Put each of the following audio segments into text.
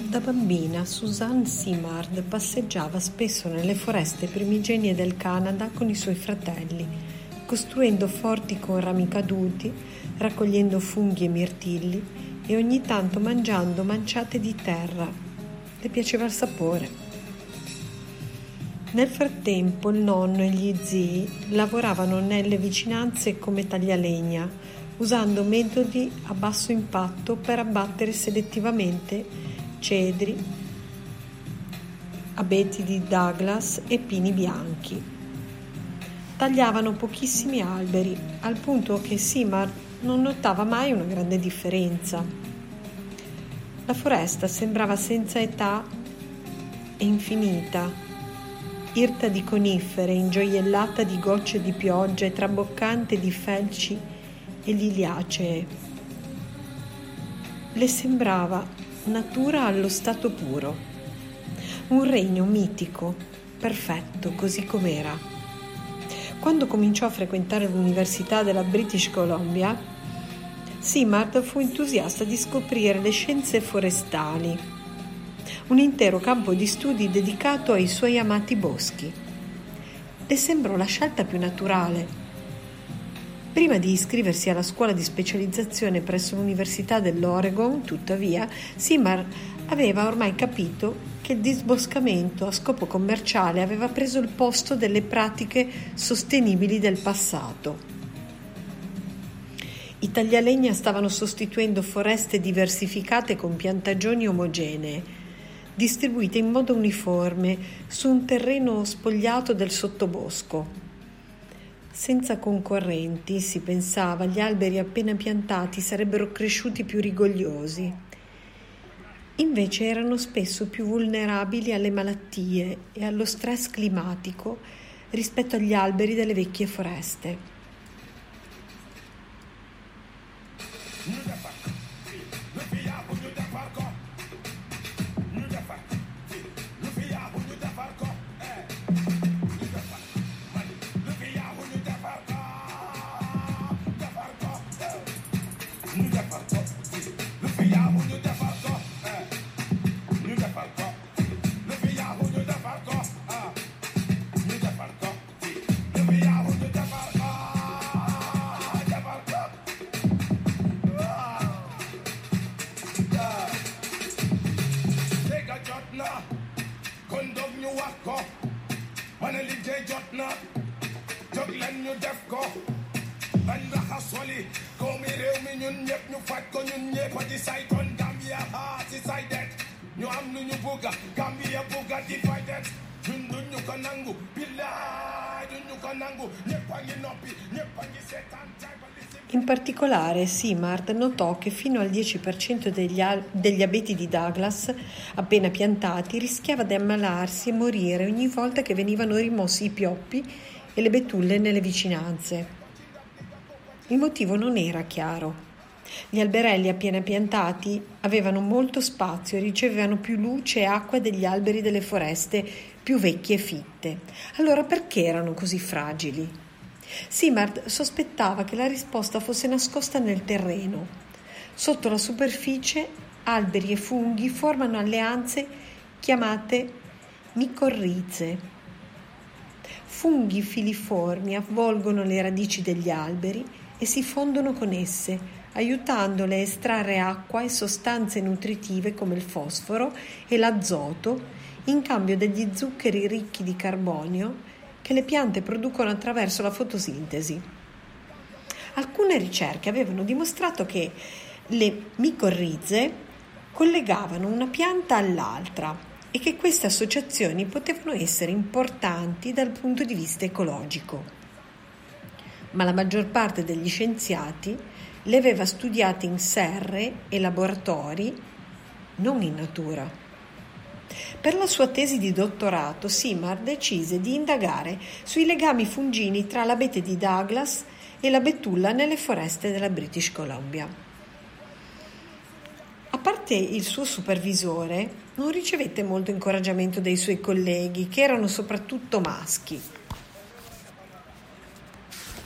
Da bambina, Suzanne Simard passeggiava spesso nelle foreste primigenie del Canada con i suoi fratelli, costruendo forti con rami caduti, raccogliendo funghi e mirtilli e ogni tanto mangiando manciate di terra. Le piaceva il sapore. Nel frattempo il nonno e gli zii lavoravano nelle vicinanze come taglialegna, usando metodi a basso impatto per abbattere selettivamente cedri, abeti di Douglas e pini bianchi. Tagliavano pochissimi alberi, al punto che Simard non notava mai una grande differenza. La foresta sembrava senza età e infinita, irta di conifere, ingioiellata di gocce di pioggia e traboccante di felci e liliacee. Le sembrava natura allo stato puro, un regno mitico, perfetto così com'era. Quando cominciò a frequentare l'Università della British Columbia, Simard fu entusiasta di scoprire le scienze forestali, un intero campo di studi dedicato ai suoi amati boschi. Le sembrò la scelta più naturale. Prima di iscriversi alla scuola di specializzazione presso l'Università dell'Oregon, tuttavia, Simard aveva ormai capito che il disboscamento a scopo commerciale aveva preso il posto delle pratiche sostenibili del passato. I taglialegna stavano sostituendo foreste diversificate con piantagioni omogenee, distribuite in modo uniforme su un terreno spogliato del sottobosco. Senza concorrenti, si pensava, gli alberi appena piantati sarebbero cresciuti più rigogliosi. Invece erano spesso più vulnerabili alle malattie e allo stress climatico rispetto agli alberi delle vecchie foreste. In particolare, Simard notò che fino al 10% degli abeti di Douglas appena piantati rischiava di ammalarsi e morire ogni volta che venivano rimossi i pioppi e le betulle nelle vicinanze. Il motivo non era chiaro. Gli alberelli appena piantati avevano molto spazio e ricevevano più luce e acqua degli alberi delle foreste più vecchie e fitte. Allora perché erano così fragili? Simard sospettava che la risposta fosse nascosta nel terreno. Sotto la superficie, alberi e funghi formano alleanze chiamate micorrize. Funghi filiformi avvolgono le radici degli alberi e si fondono con esse, aiutandole a estrarre acqua e sostanze nutritive come il fosforo e l'azoto in cambio degli zuccheri ricchi di carbonio che le piante producono attraverso la fotosintesi. Alcune ricerche avevano dimostrato che le micorrize collegavano una pianta all'altra e che queste associazioni potevano essere importanti dal punto di vista ecologico. Ma la maggior parte degli scienziati le aveva studiate in serre e laboratori, non in natura. Per la sua tesi di dottorato, Simard decise di indagare sui legami fungini tra l'abete di Douglas e la betulla nelle foreste della British Columbia. A parte il suo supervisore, non ricevette molto incoraggiamento dai suoi colleghi, che erano soprattutto maschi.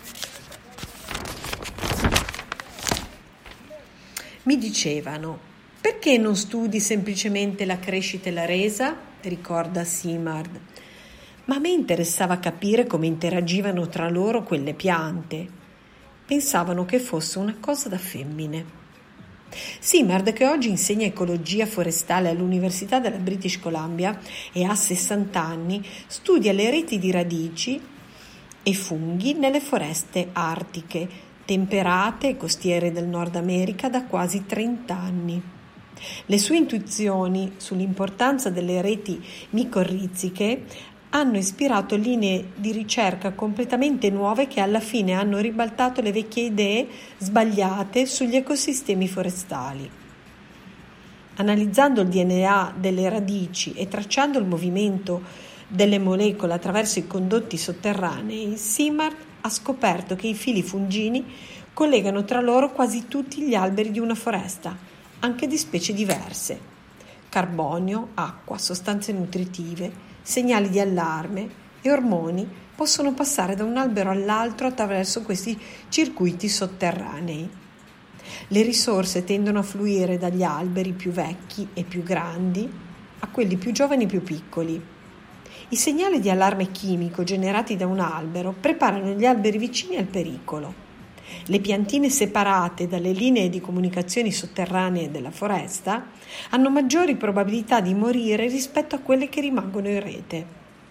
Mi dicevano: Perché non studi semplicemente la crescita e la resa? Ricorda Simard. Ma a me interessava capire come interagivano tra loro quelle piante. Pensavano che fosse una cosa da femmine. Simard, che oggi insegna ecologia forestale all'Università della British Columbia e ha 60 anni, studia le reti di radici e funghi nelle foreste artiche, temperate e costiere del Nord America da quasi 30 anni. Le sue intuizioni sull'importanza delle reti micorriziche hanno ispirato linee di ricerca completamente nuove che alla fine hanno ribaltato le vecchie idee sbagliate sugli ecosistemi forestali. Analizzando il DNA delle radici e tracciando il movimento delle molecole attraverso i condotti sotterranei, Simard ha scoperto che i fili fungini collegano tra loro quasi tutti gli alberi di una foresta, anche di specie diverse. Carbonio, acqua, sostanze nutritive, segnali di allarme e ormoni possono passare da un albero all'altro attraverso questi circuiti sotterranei. Le risorse tendono a fluire dagli alberi più vecchi e più grandi a quelli più giovani e più piccoli. I segnali di allarme chimico generati da un albero preparano gli alberi vicini al pericolo. Le piantine separate dalle linee di comunicazioni sotterranee della foresta hanno maggiori probabilità di morire rispetto a quelle che rimangono in rete.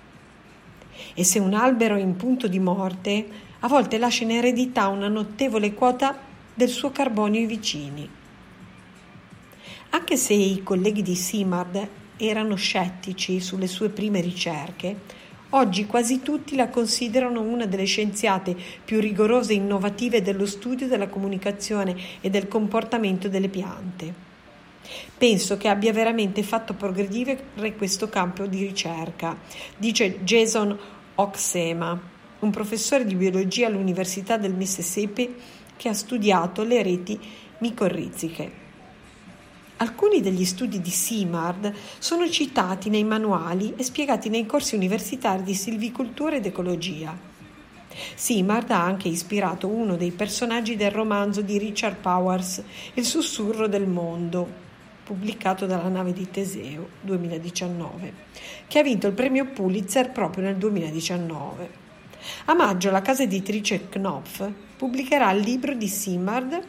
E se un albero è in punto di morte, a volte lascia in eredità una notevole quota del suo carbonio ai vicini. Anche se i colleghi di Simard erano scettici sulle sue prime ricerche, oggi quasi tutti la considerano una delle scienziate più rigorose e innovative dello studio della comunicazione e del comportamento delle piante. Penso che abbia veramente fatto progredire questo campo di ricerca, dice Jason Oxema, un professore di biologia all'Università del Mississippi che ha studiato le reti micorriziche. Alcuni degli studi di Simard sono citati nei manuali e spiegati nei corsi universitari di silvicoltura ed ecologia. Simard ha anche ispirato uno dei personaggi del romanzo di Richard Powers, Il sussurro del mondo, pubblicato dalla nave di Teseo 2019, che ha vinto il premio Pulitzer proprio nel 2019. A maggio la casa editrice Knopf pubblicherà il libro di Simard,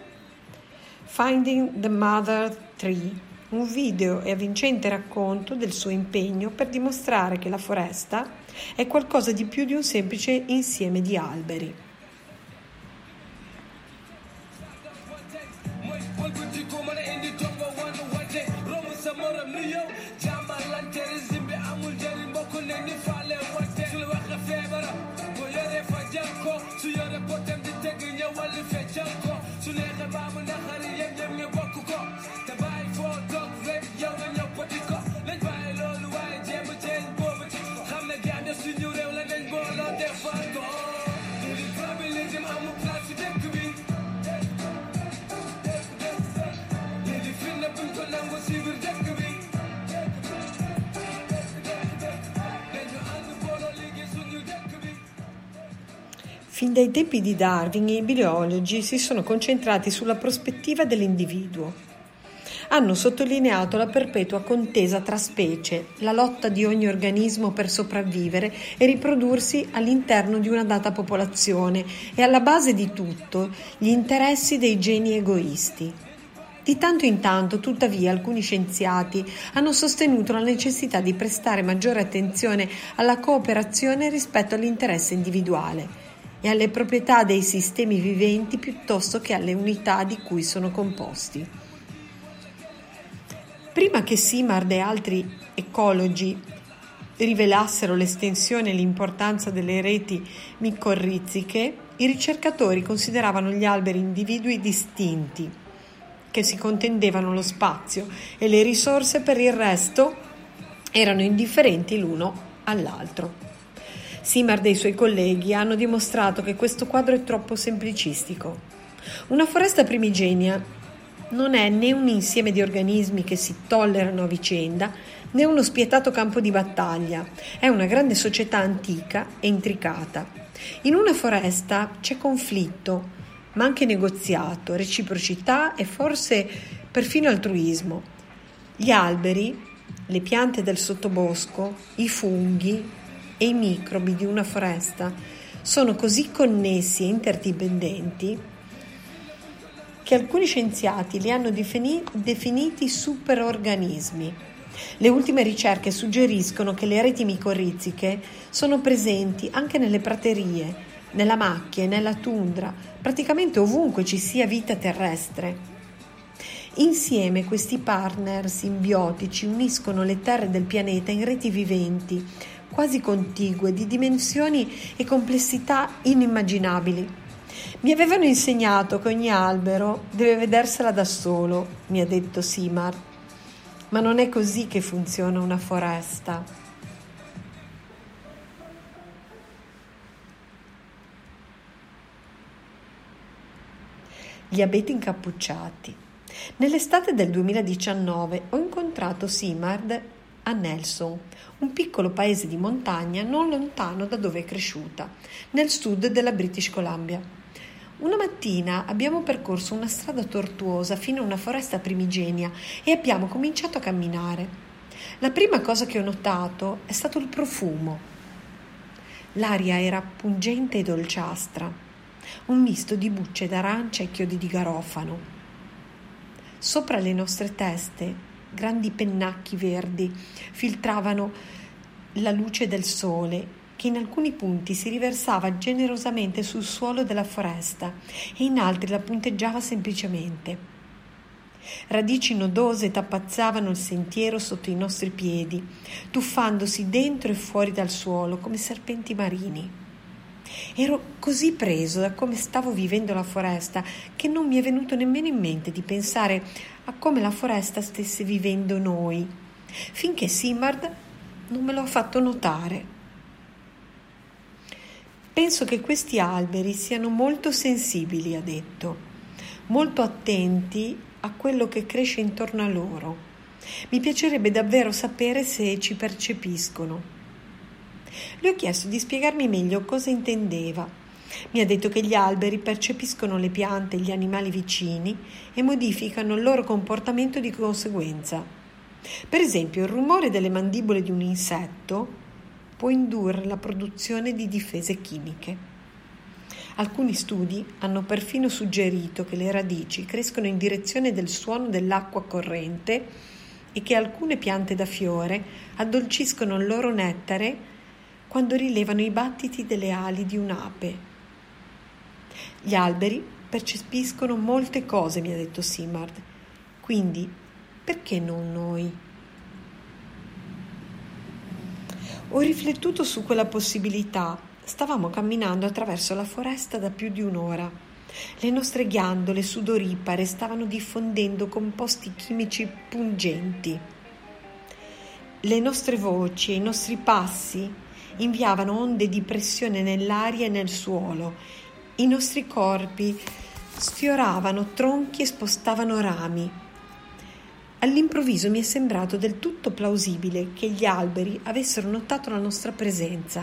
Finding the Mother Tree, un video e avvincente racconto del suo impegno per dimostrare che la foresta è qualcosa di più di un semplice insieme di alberi. Fin dai tempi di Darwin i biologi si sono concentrati sulla prospettiva dell'individuo. Hanno sottolineato la perpetua contesa tra specie, la lotta di ogni organismo per sopravvivere e riprodursi all'interno di una data popolazione e alla base di tutto gli interessi dei geni egoisti. Di tanto in tanto, tuttavia, alcuni scienziati hanno sostenuto la necessità di prestare maggiore attenzione alla cooperazione rispetto all'interesse individuale e alle proprietà dei sistemi viventi piuttosto che alle unità di cui sono composti. Prima che Simard e altri ecologi rivelassero l'estensione e l'importanza delle reti micorriziche, i ricercatori consideravano gli alberi individui distinti, che si contendevano lo spazio e le risorse, per il resto erano indifferenti l'uno all'altro. Simard e i suoi colleghi hanno dimostrato che questo quadro è troppo semplicistico. Una foresta primigenia non è né un insieme di organismi che si tollerano a vicenda, né uno spietato campo di battaglia. È una grande società antica e intricata. In una foresta c'è conflitto, ma anche negoziato, reciprocità e forse perfino altruismo. Gli alberi, le piante del sottobosco, i funghi e i microbi di una foresta sono così connessi e interdipendenti che alcuni scienziati li hanno definiti superorganismi. Le ultime ricerche suggeriscono che le reti micorriziche sono presenti anche nelle praterie, nella macchia e nella tundra, praticamente ovunque ci sia vita terrestre. Insieme questi partner simbiotici uniscono le terre del pianeta in reti viventi, quasi contigue, di dimensioni e complessità inimmaginabili. Mi avevano insegnato che ogni albero deve vedersela da solo, mi ha detto Simard, ma non è così che funziona una foresta. Gli abeti incappucciati. Nell'estate del 2019 ho incontrato Simard a Nelson, un piccolo paese di montagna non lontano da dove è cresciuta, nel sud della British Columbia. Una mattina abbiamo percorso una strada tortuosa fino a una foresta primigenia e abbiamo cominciato a camminare. La prima cosa che ho notato è stato il profumo. L'aria era pungente e dolciastra, un misto di bucce d'arancia e chiodi di garofano. Sopra le nostre teste, grandi pennacchi verdi filtravano la luce del sole che in alcuni punti si riversava generosamente sul suolo della foresta e in altri la punteggiava semplicemente. Radici nodose tappazzavano il sentiero sotto i nostri piedi, tuffandosi dentro e fuori dal suolo come serpenti marini. Ero così preso da come stavo vivendo la foresta che non mi è venuto nemmeno in mente di pensare a come la foresta stesse vivendo noi, finché Simard non me lo ha fatto notare. Penso che questi alberi siano molto sensibili, ha detto, molto attenti a quello che cresce intorno a loro. Mi piacerebbe davvero sapere se ci percepiscono. Le ho chiesto di spiegarmi meglio cosa intendeva. Mi ha detto che gli alberi percepiscono le piante e gli animali vicini e modificano il loro comportamento di conseguenza. Per esempio, il rumore delle mandibole di un insetto può indurre la produzione di difese chimiche. Alcuni studi hanno perfino suggerito che le radici crescono in direzione del suono dell'acqua corrente e che alcune piante da fiore addolciscono il loro nettare quando rilevano i battiti delle ali di un'ape. Gli alberi percepiscono molte cose, mi ha detto Simard, quindi perché non noi? Ho riflettuto su quella possibilità. Stavamo camminando attraverso la foresta da più di un'ora. Le nostre ghiandole sudoripare stavano diffondendo composti chimici pungenti. Le nostre voci e i nostri passi inviavano onde di pressione nell'aria e nel suolo. I nostri corpi sfioravano tronchi e spostavano rami. All'improvviso mi è sembrato del tutto plausibile che gli alberi avessero notato la nostra presenza.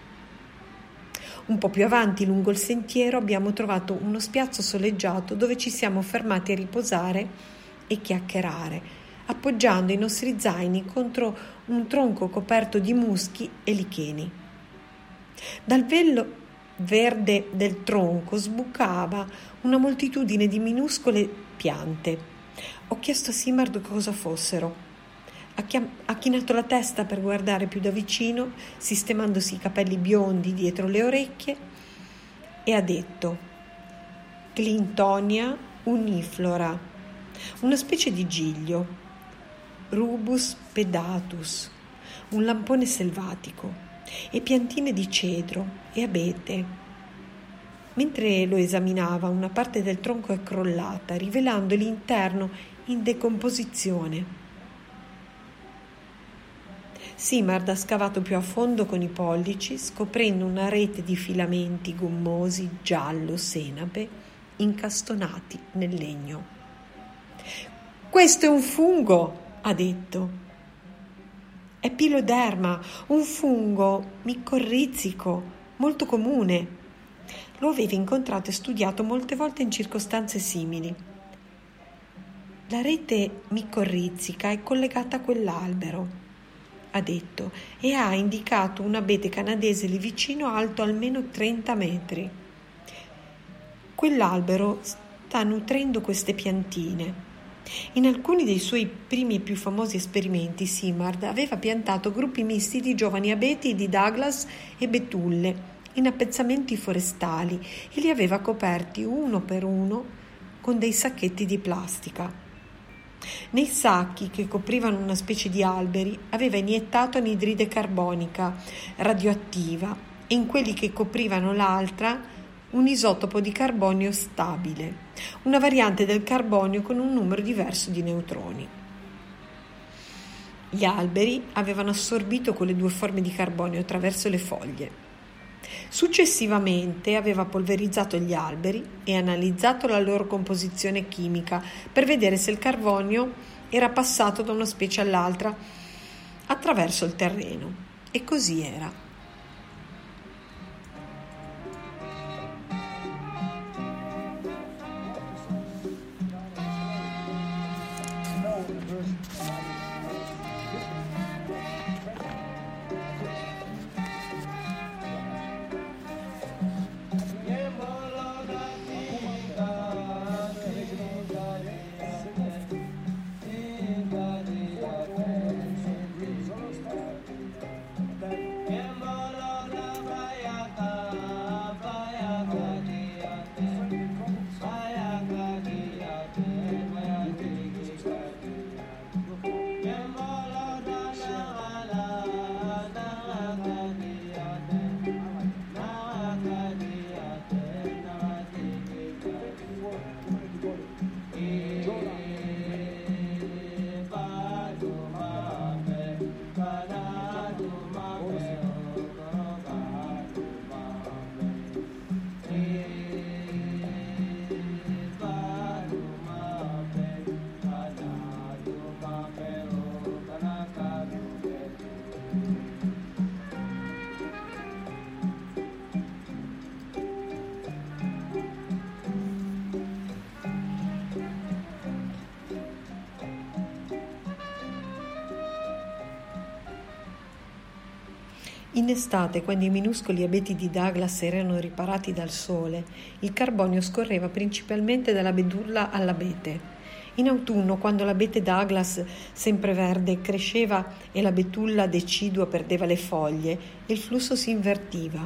Un po' più avanti, lungo il sentiero, abbiamo trovato uno spiazzo soleggiato dove ci siamo fermati a riposare e chiacchierare, appoggiando i nostri zaini contro un tronco coperto di muschi e licheni. Dal velo verde del tronco sbucava una moltitudine di minuscole piante. Ho chiesto a Simard cosa fossero. Ha chinato la testa per guardare più da vicino, sistemandosi i capelli biondi dietro le orecchie, e ha detto: Clintonia uniflora, una specie di giglio, Rubus pedatus, un lampone selvatico, e piantine di cedro e abete. Mentre lo esaminava, una parte del tronco è crollata, rivelando l'interno in decomposizione. Simard ha scavato più a fondo con i pollici, scoprendo una rete di filamenti gommosi giallo senape incastonati nel legno. Questo è un fungo, ha detto. È piloderma, un fungo micorrizico, molto comune. Lo aveva incontrato e studiato molte volte in circostanze simili. La rete micorrizica è collegata a quell'albero, ha detto, e ha indicato un abete canadese lì vicino alto almeno 30 metri. Quell'albero sta nutrendo queste piantine. In alcuni dei suoi primi e più famosi esperimenti, Simard aveva piantato gruppi misti di giovani abeti di Douglas e betulle in appezzamenti forestali e li aveva coperti uno per uno con dei sacchetti di plastica. Nei sacchi che coprivano una specie di alberi aveva iniettato anidride carbonica radioattiva e in quelli che coprivano l'altra un isotopo di carbonio stabile, una variante del carbonio con un numero diverso di neutroni. Gli alberi avevano assorbito quelle due forme di carbonio attraverso le foglie. Successivamente aveva polverizzato gli alberi e analizzato la loro composizione chimica per vedere se il carbonio era passato da una specie all'altra attraverso il terreno. E così era. In estate, quando i minuscoli abeti di Douglas erano riparati dal sole, il carbonio scorreva principalmente dalla betulla all'abete. In autunno, quando l'abete Douglas sempreverde cresceva e la betulla decidua perdeva le foglie, il flusso si invertiva.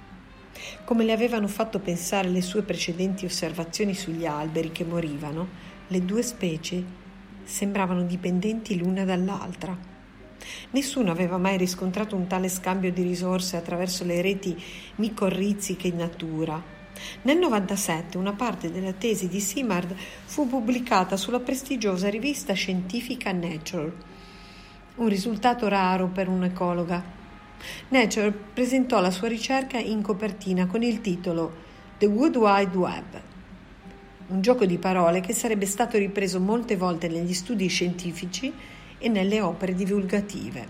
Come le avevano fatto pensare le sue precedenti osservazioni sugli alberi che morivano, le due specie sembravano dipendenti l'una dall'altra. Nessuno aveva mai riscontrato un tale scambio di risorse attraverso le reti micorriziche in natura. Nel 1997 una parte della tesi di Simard fu pubblicata sulla prestigiosa rivista scientifica Nature, un risultato raro per un'ecologa. Nature presentò la sua ricerca in copertina con il titolo The Wood Wide Web, un gioco di parole che sarebbe stato ripreso molte volte negli studi scientifici e nelle opere divulgative.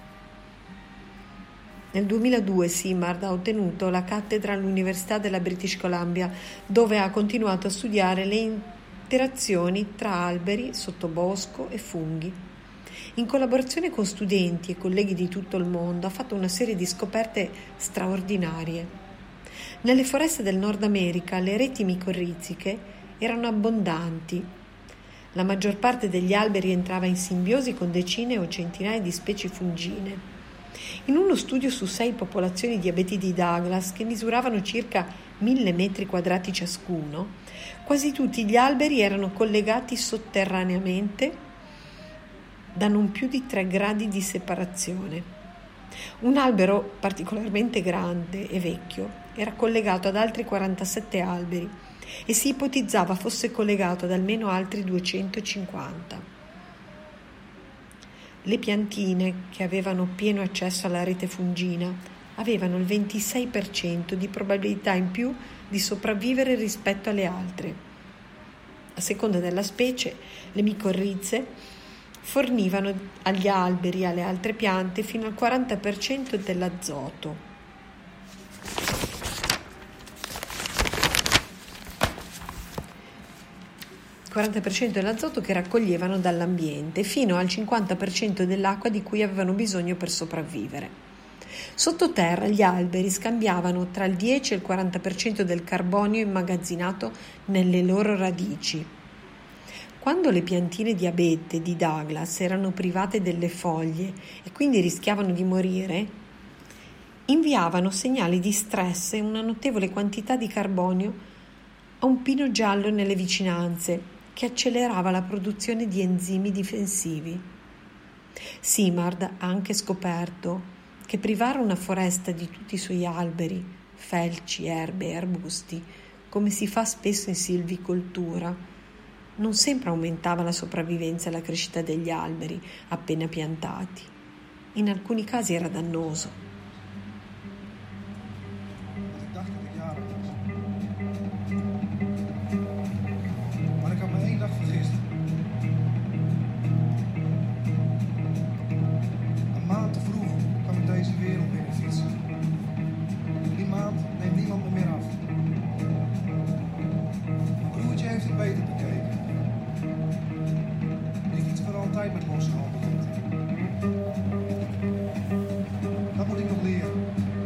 Nel 2002 Simard ha ottenuto la cattedra all'Università della British Columbia, dove ha continuato a studiare le interazioni tra alberi, sottobosco e funghi. In collaborazione con studenti e colleghi di tutto il mondo ha fatto una serie di scoperte straordinarie. Nelle foreste del Nord America le reti micorriziche erano abbondanti. La maggior parte degli alberi entrava in simbiosi con decine o centinaia di specie fungine. In uno studio su 6 popolazioni di abeti di Douglas, che misuravano circa 1000 metri quadrati ciascuno, quasi tutti gli alberi erano collegati sotterraneamente da non più di 3 gradi di separazione. Un albero particolarmente grande e vecchio era collegato ad altri 47 alberi e si ipotizzava fosse collegato ad almeno altri 250. Le piantine che avevano pieno accesso alla rete fungina avevano il 26% di probabilità in più di sopravvivere rispetto alle altre. A seconda della specie, le micorrize fornivano agli alberi e alle altre piante fino al 40% dell'azoto. 40% dell'azoto che raccoglievano dall'ambiente, fino al 50% dell'acqua di cui avevano bisogno per sopravvivere. Sottoterra gli alberi scambiavano tra il 10 e il 40% del carbonio immagazzinato nelle loro radici. Quando le piantine di abete di Douglas erano private delle foglie e quindi rischiavano di morire, inviavano segnali di stress e una notevole quantità di carbonio a un pino giallo nelle vicinanze, che accelerava la produzione di enzimi difensivi. Simard ha anche scoperto che privare una foresta di tutti i suoi alberi, felci, erbe e arbusti, come si fa spesso in silvicoltura, non sempre aumentava la sopravvivenza e la crescita degli alberi appena piantati. In alcuni casi era dannoso. Maar ik had me 1 dag vergist. Een maand te vroeg kwam ik deze wereld binnen fietsen. Die maand neemt niemand me meer af. Mijn broertje heeft het beter bekeken. Die fietst voor altijd met losse handen rond. Dat moet ik nog leren.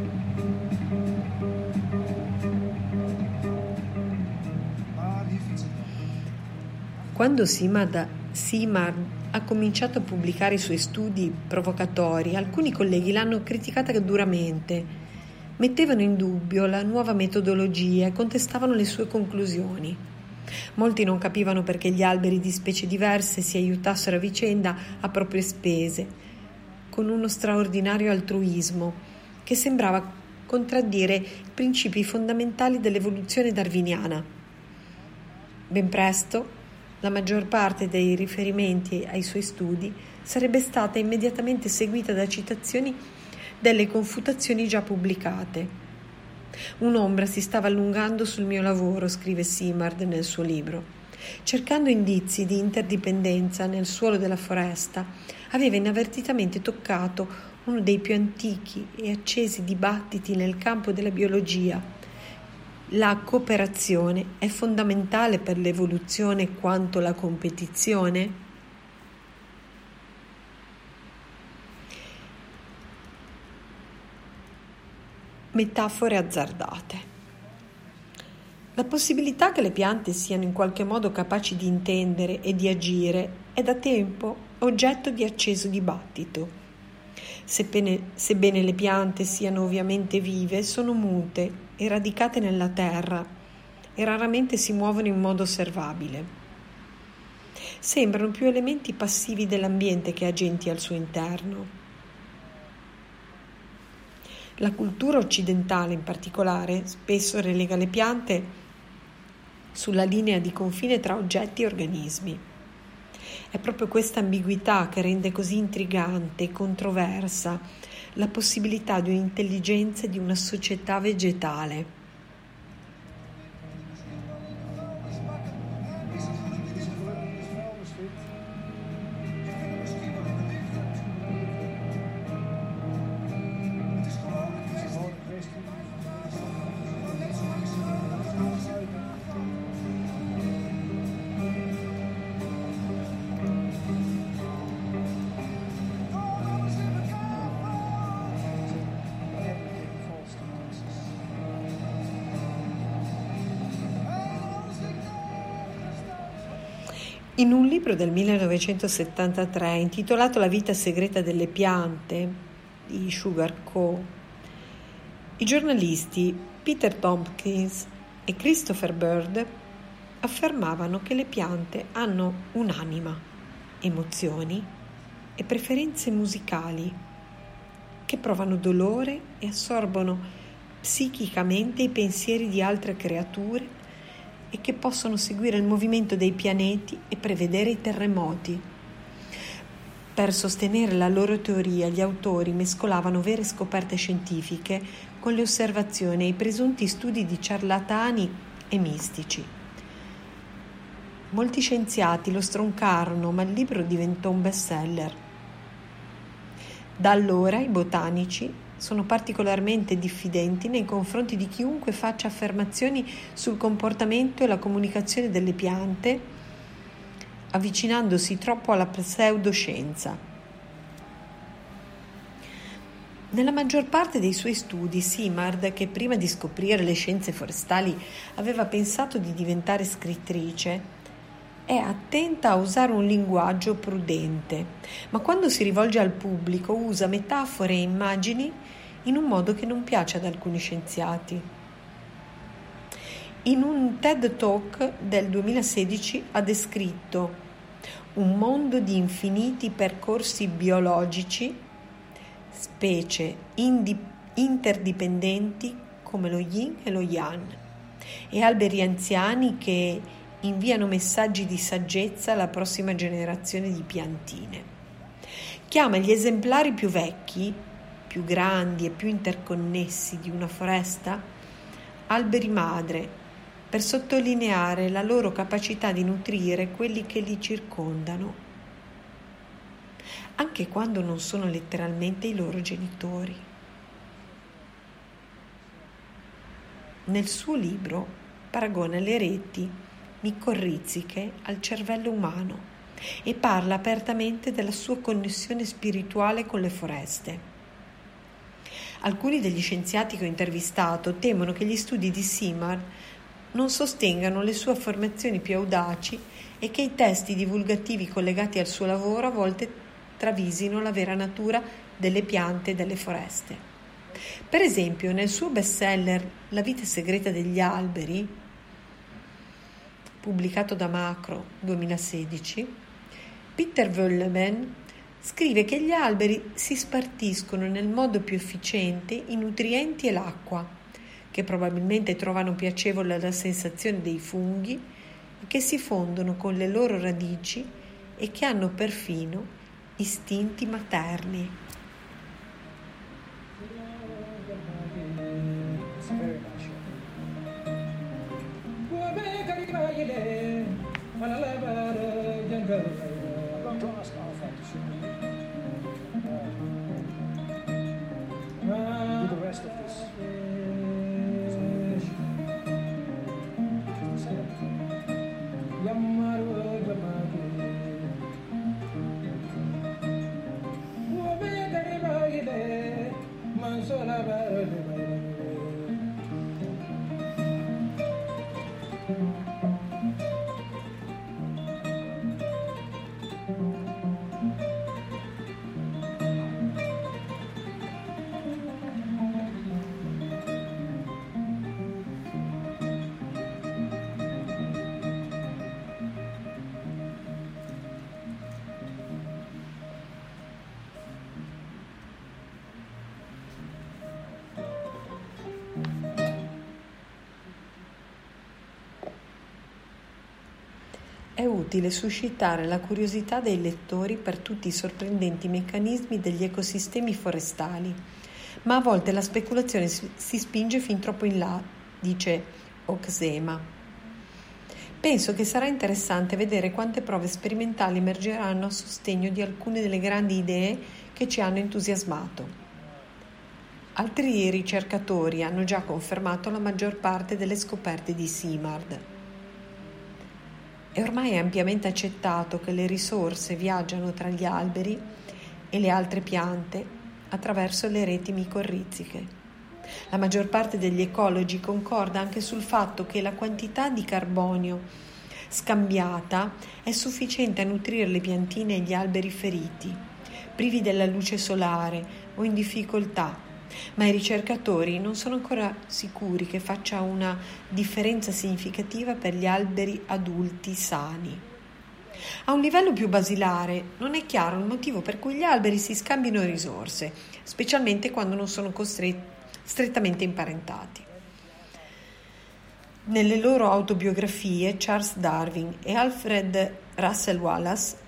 Maar hier fiets ik dan. Quando Simard ha cominciato a pubblicare i suoi studi provocatori, alcuni colleghi l'hanno criticata duramente, mettevano in dubbio la nuova metodologia e contestavano le sue conclusioni. Molti non capivano perché gli alberi di specie diverse si aiutassero a vicenda a proprie spese, con uno straordinario altruismo che sembrava contraddire i principi fondamentali dell'evoluzione darwiniana. Ben presto, la maggior parte dei riferimenti ai suoi studi sarebbe stata immediatamente seguita da citazioni delle confutazioni già pubblicate. Un'ombra si stava allungando sul mio lavoro, scrive Simard nel suo libro. Cercando indizi di interdipendenza nel suolo della foresta, aveva inavvertitamente toccato uno dei più antichi e accesi dibattiti nel campo della biologia. La cooperazione è fondamentale per l'evoluzione quanto la competizione? Metafore azzardate. La possibilità che le piante siano in qualche modo capaci di intendere e di agire è da tempo oggetto di acceso dibattito. Sebbene le piante siano ovviamente vive, sono mute e radicate nella terra e raramente si muovono in modo osservabile. Sembrano più elementi passivi dell'ambiente che agenti al suo interno. La cultura occidentale, in particolare, spesso relega le piante sulla linea di confine tra oggetti e organismi. È proprio questa ambiguità che rende così intrigante e controversa la possibilità di un'intelligenza e di una società vegetale. In un libro del 1973 intitolato La vita segreta delle piante di Sugar Co., i giornalisti Peter Tompkins e Christopher Bird affermavano che le piante hanno un'anima, emozioni e preferenze musicali, che provano dolore e assorbono psichicamente i pensieri di altre creature e che possono seguire il movimento dei pianeti e prevedere i terremoti. Per sostenere la loro teoria, gli autori mescolavano vere scoperte scientifiche con le osservazioni e i presunti studi di ciarlatani e mistici. Molti scienziati lo stroncarono, ma il libro diventò un bestseller. Da allora i botanici sono particolarmente diffidenti nei confronti di chiunque faccia affermazioni sul comportamento e la comunicazione delle piante avvicinandosi troppo alla pseudoscienza. Nella maggior parte dei suoi studi, Simard, che prima di scoprire le scienze forestali aveva pensato di diventare scrittrice, è attenta a usare un linguaggio prudente, ma quando si rivolge al pubblico usa metafore e immagini in un modo che non piace ad alcuni scienziati. In un TED Talk del 2016 ha descritto un mondo di infiniti percorsi biologici, specie interdipendenti come lo yin e lo yang, e alberi anziani che inviano messaggi di saggezza alla prossima generazione di piantine. Chiama gli esemplari più vecchi, più grandi e più interconnessi di una foresta alberi madre, per sottolineare la loro capacità di nutrire quelli che li circondano, anche quando non sono letteralmente i loro genitori. Nel suo libro paragona le reti micorriziche al cervello umano e parla apertamente della sua connessione spirituale con le foreste. Alcuni degli scienziati che ho intervistato temono che gli studi di Simard non sostengano le sue affermazioni più audaci e che i testi divulgativi collegati al suo lavoro a volte travisino la vera natura delle piante e delle foreste. Per esempio, nel suo bestseller La vita segreta degli alberi, pubblicato da Macro 2016, Peter Wohlleben scrive che gli alberi si spartiscono nel modo più efficiente i nutrienti e l'acqua, che probabilmente trovano piacevole la sensazione dei funghi, che si fondono con le loro radici e che hanno perfino istinti materni. Do the rest of this. È utile suscitare la curiosità dei lettori per tutti i sorprendenti meccanismi degli ecosistemi forestali, ma a volte la speculazione si spinge fin troppo in là, dice Oxema. Penso che sarà interessante vedere quante prove sperimentali emergeranno a sostegno di alcune delle grandi idee che ci hanno entusiasmato. Altri ricercatori hanno già confermato la maggior parte delle scoperte di Simard. È ormai ampiamente accettato che le risorse viaggiano tra gli alberi e le altre piante attraverso le reti micorriziche. La maggior parte degli ecologi concorda anche sul fatto che la quantità di carbonio scambiata è sufficiente a nutrire le piantine e gli alberi feriti, privi della luce solare o in difficoltà, ma i ricercatori non sono ancora sicuri che faccia una differenza significativa per gli alberi adulti sani. A un livello più basilare non è chiaro il motivo per cui gli alberi si scambino risorse, specialmente quando non sono strettamente imparentati. Nelle loro autobiografie Charles Darwin e Alfred Russel Wallace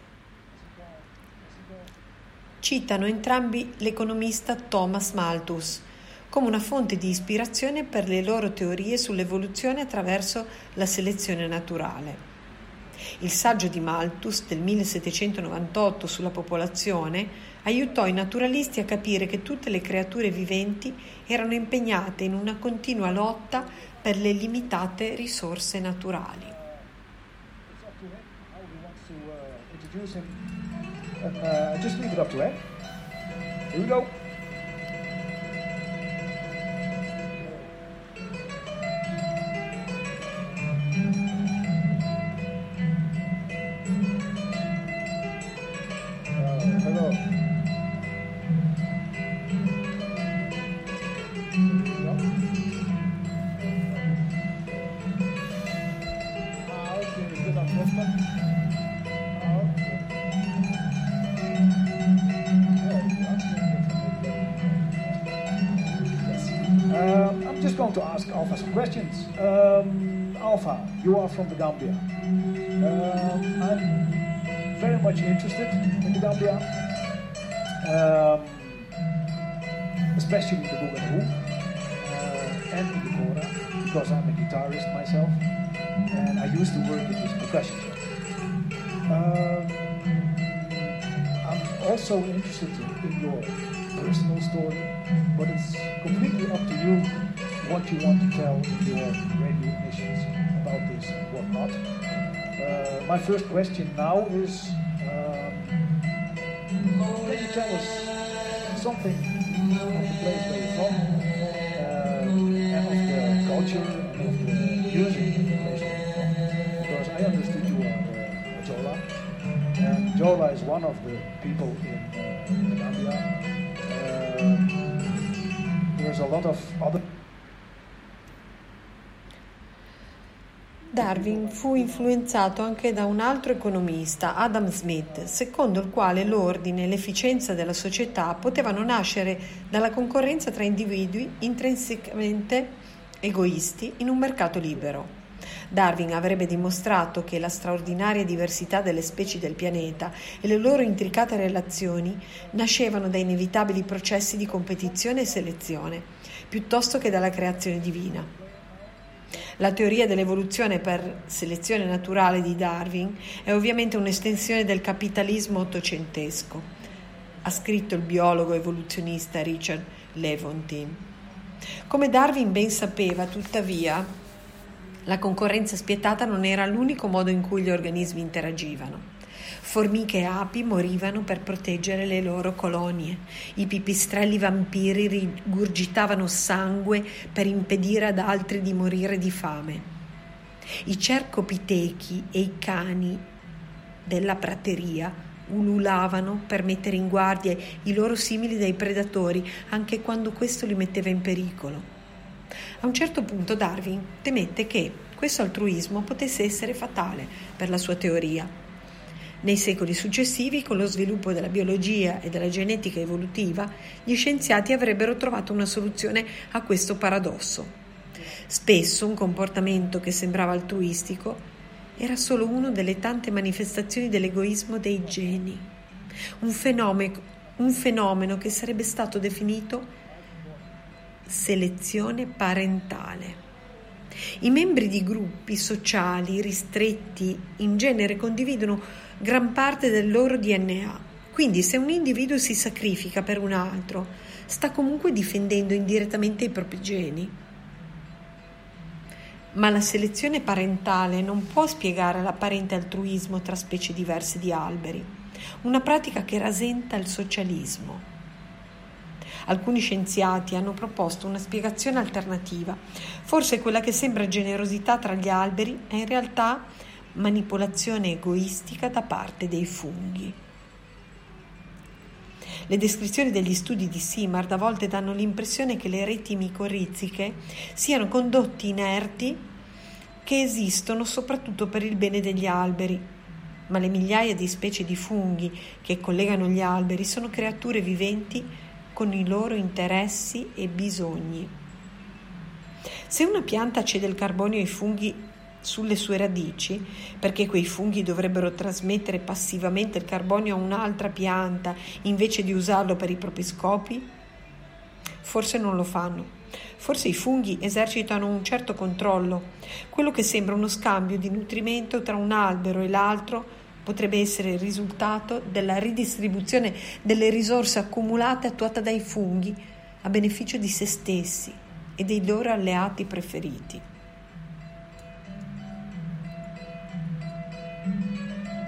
citano entrambi l'economista Thomas Malthus come una fonte di ispirazione per le loro teorie sull'evoluzione attraverso la selezione naturale. Il saggio di Malthus del 1798 sulla popolazione aiutò i naturalisti a capire che tutte le creature viventi erano impegnate in una continua lotta per le limitate risorse naturali. who wants to introduce him, and just leave it up to him. Here we go. Hello. I'm just going to ask Alpha some questions. Alpha, you are from the Gambia. I'm very much interested in the Gambia, especially the Boogaloo and in the Kora, because I'm a guitarist myself, and I used to work in this percussion shop. I'm also interested in your personal story, but it's completely up to you what you want to tell in your radio emissions about this and whatnot. My first question now is, can you tell us something of the place where you're from, and of the culture and of the music of the place where you're from? Because I understood you are a Jola, and Jola is one of the people in Gambia. There's a lot of other. Darwin fu influenzato anche da un altro economista, Adam Smith, secondo il quale l'ordine e l'efficienza della società potevano nascere dalla concorrenza tra individui intrinsecamente egoisti in un mercato libero. Darwin avrebbe dimostrato che la straordinaria diversità delle specie del pianeta e le loro intricate relazioni nascevano da inevitabili processi di competizione e selezione, piuttosto che dalla creazione divina. La teoria dell'evoluzione per selezione naturale di Darwin è ovviamente un'estensione del capitalismo ottocentesco, ha scritto il biologo evoluzionista Richard Lewontin. Come Darwin ben sapeva, tuttavia, la concorrenza spietata non era l'unico modo in cui gli organismi interagivano. Formiche e api morivano per proteggere le loro colonie. I pipistrelli vampiri rigurgitavano sangue per impedire ad altri di morire di fame. I cercopitechi e i cani della prateria ululavano per mettere in guardia i loro simili dai predatori, anche quando questo li metteva in pericolo. A un certo punto Darwin temette che questo altruismo potesse essere fatale per la sua teoria. Nei secoli successivi, con lo sviluppo della biologia e della genetica evolutiva, gli scienziati avrebbero trovato una soluzione a questo paradosso. Spesso un comportamento che sembrava altruistico era solo una delle tante manifestazioni dell'egoismo dei geni, un fenomeno che sarebbe stato definito selezione parentale. I membri di gruppi sociali ristretti in genere condividono gran parte del loro DNA, quindi se un individuo si sacrifica per un altro, sta comunque difendendo indirettamente i propri geni. Ma la selezione parentale non può spiegare l'apparente altruismo tra specie diverse di alberi, una pratica che rasenta il socialismo. Alcuni scienziati hanno proposto una spiegazione alternativa. Forse quella che sembra generosità tra gli alberi è in realtà manipolazione egoistica da parte dei funghi. Le descrizioni degli studi di Simard a volte danno l'impressione che le reti micorriziche siano condotti inerti che esistono soprattutto per il bene degli alberi, ma le migliaia di specie di funghi che collegano gli alberi sono creature viventi con i loro interessi e bisogni. Se una pianta cede il carbonio ai funghi sulle sue radici, perché quei funghi dovrebbero trasmettere passivamente il carbonio a un'altra pianta invece di usarlo per i propri scopi? Forse non lo fanno. Forse i funghi esercitano un certo controllo. Quello che sembra uno scambio di nutrimento tra un albero e l'altro potrebbe essere il risultato della ridistribuzione delle risorse accumulate attuata dai funghi a beneficio di se stessi e dei loro alleati preferiti.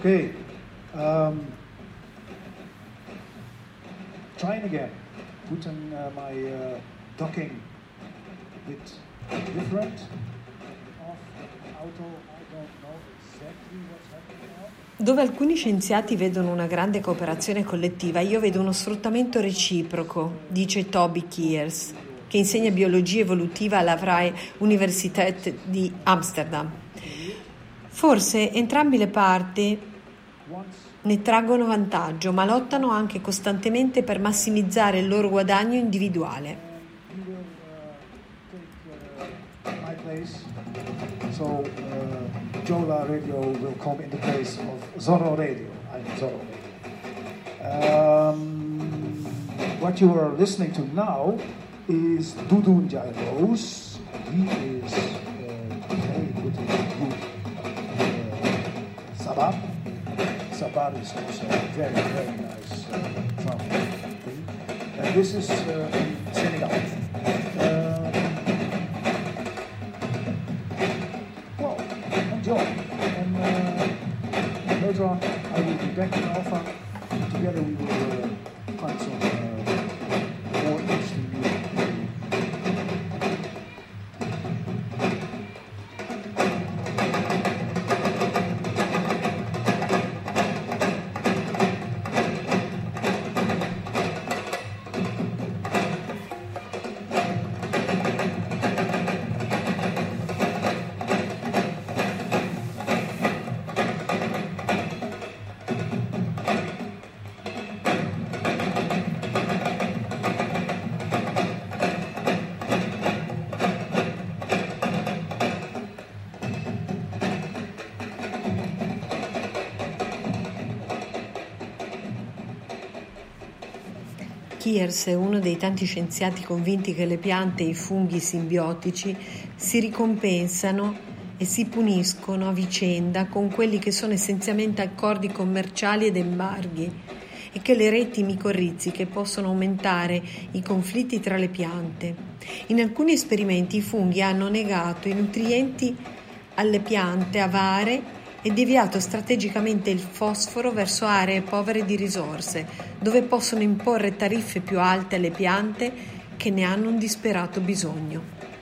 Okay. Trying again. Putting my docking a bit different. Off the auto, I don't know exactly what's happening now. Dove alcuni scienziati vedono una grande cooperazione collettiva, io vedo uno sfruttamento reciproco, dice Toby Kears, che insegna biologia evolutiva alla Vrije Universiteit di Amsterdam. Forse entrambe le parti ne traggono vantaggio, ma lottano anche costantemente per massimizzare il loro guadagno individuale. So Jola Radio will come in the place of Zorro Radio. I'm Zorro Radio. What you are listening to now is Dudun Jairos. He is very good in good Sabab. Sabab is also a very, very nice drum thing. And this is in Senegal. Enjoy. And later on, I will be back in Alpha. Together we will find some more interesting music. Kears è uno dei tanti scienziati convinti che le piante e i funghi simbiotici si ricompensano e si puniscono a vicenda con quelli che sono essenzialmente accordi commerciali ed embarghi e che le reti micorriziche possono aumentare i conflitti tra le piante. In alcuni esperimenti i funghi hanno negato i nutrienti alle piante avare e deviato strategicamente il fosforo verso aree povere di risorse, dove possono imporre tariffe più alte alle piante che ne hanno un disperato bisogno.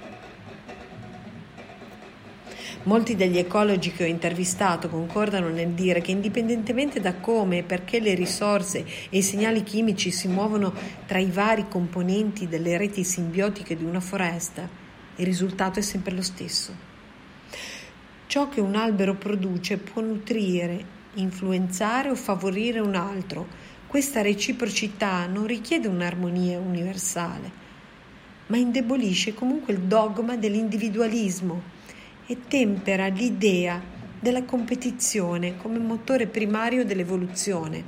Molti degli ecologi che ho intervistato concordano nel dire che indipendentemente da come e perché le risorse e i segnali chimici si muovono tra i vari componenti delle reti simbiotiche di una foresta, il risultato è sempre lo stesso. Ciò che un albero produce può nutrire, influenzare o favorire un altro. Questa reciprocità non richiede un'armonia universale, ma indebolisce comunque il dogma dell'individualismo e tempera l'idea della competizione come motore primario dell'evoluzione.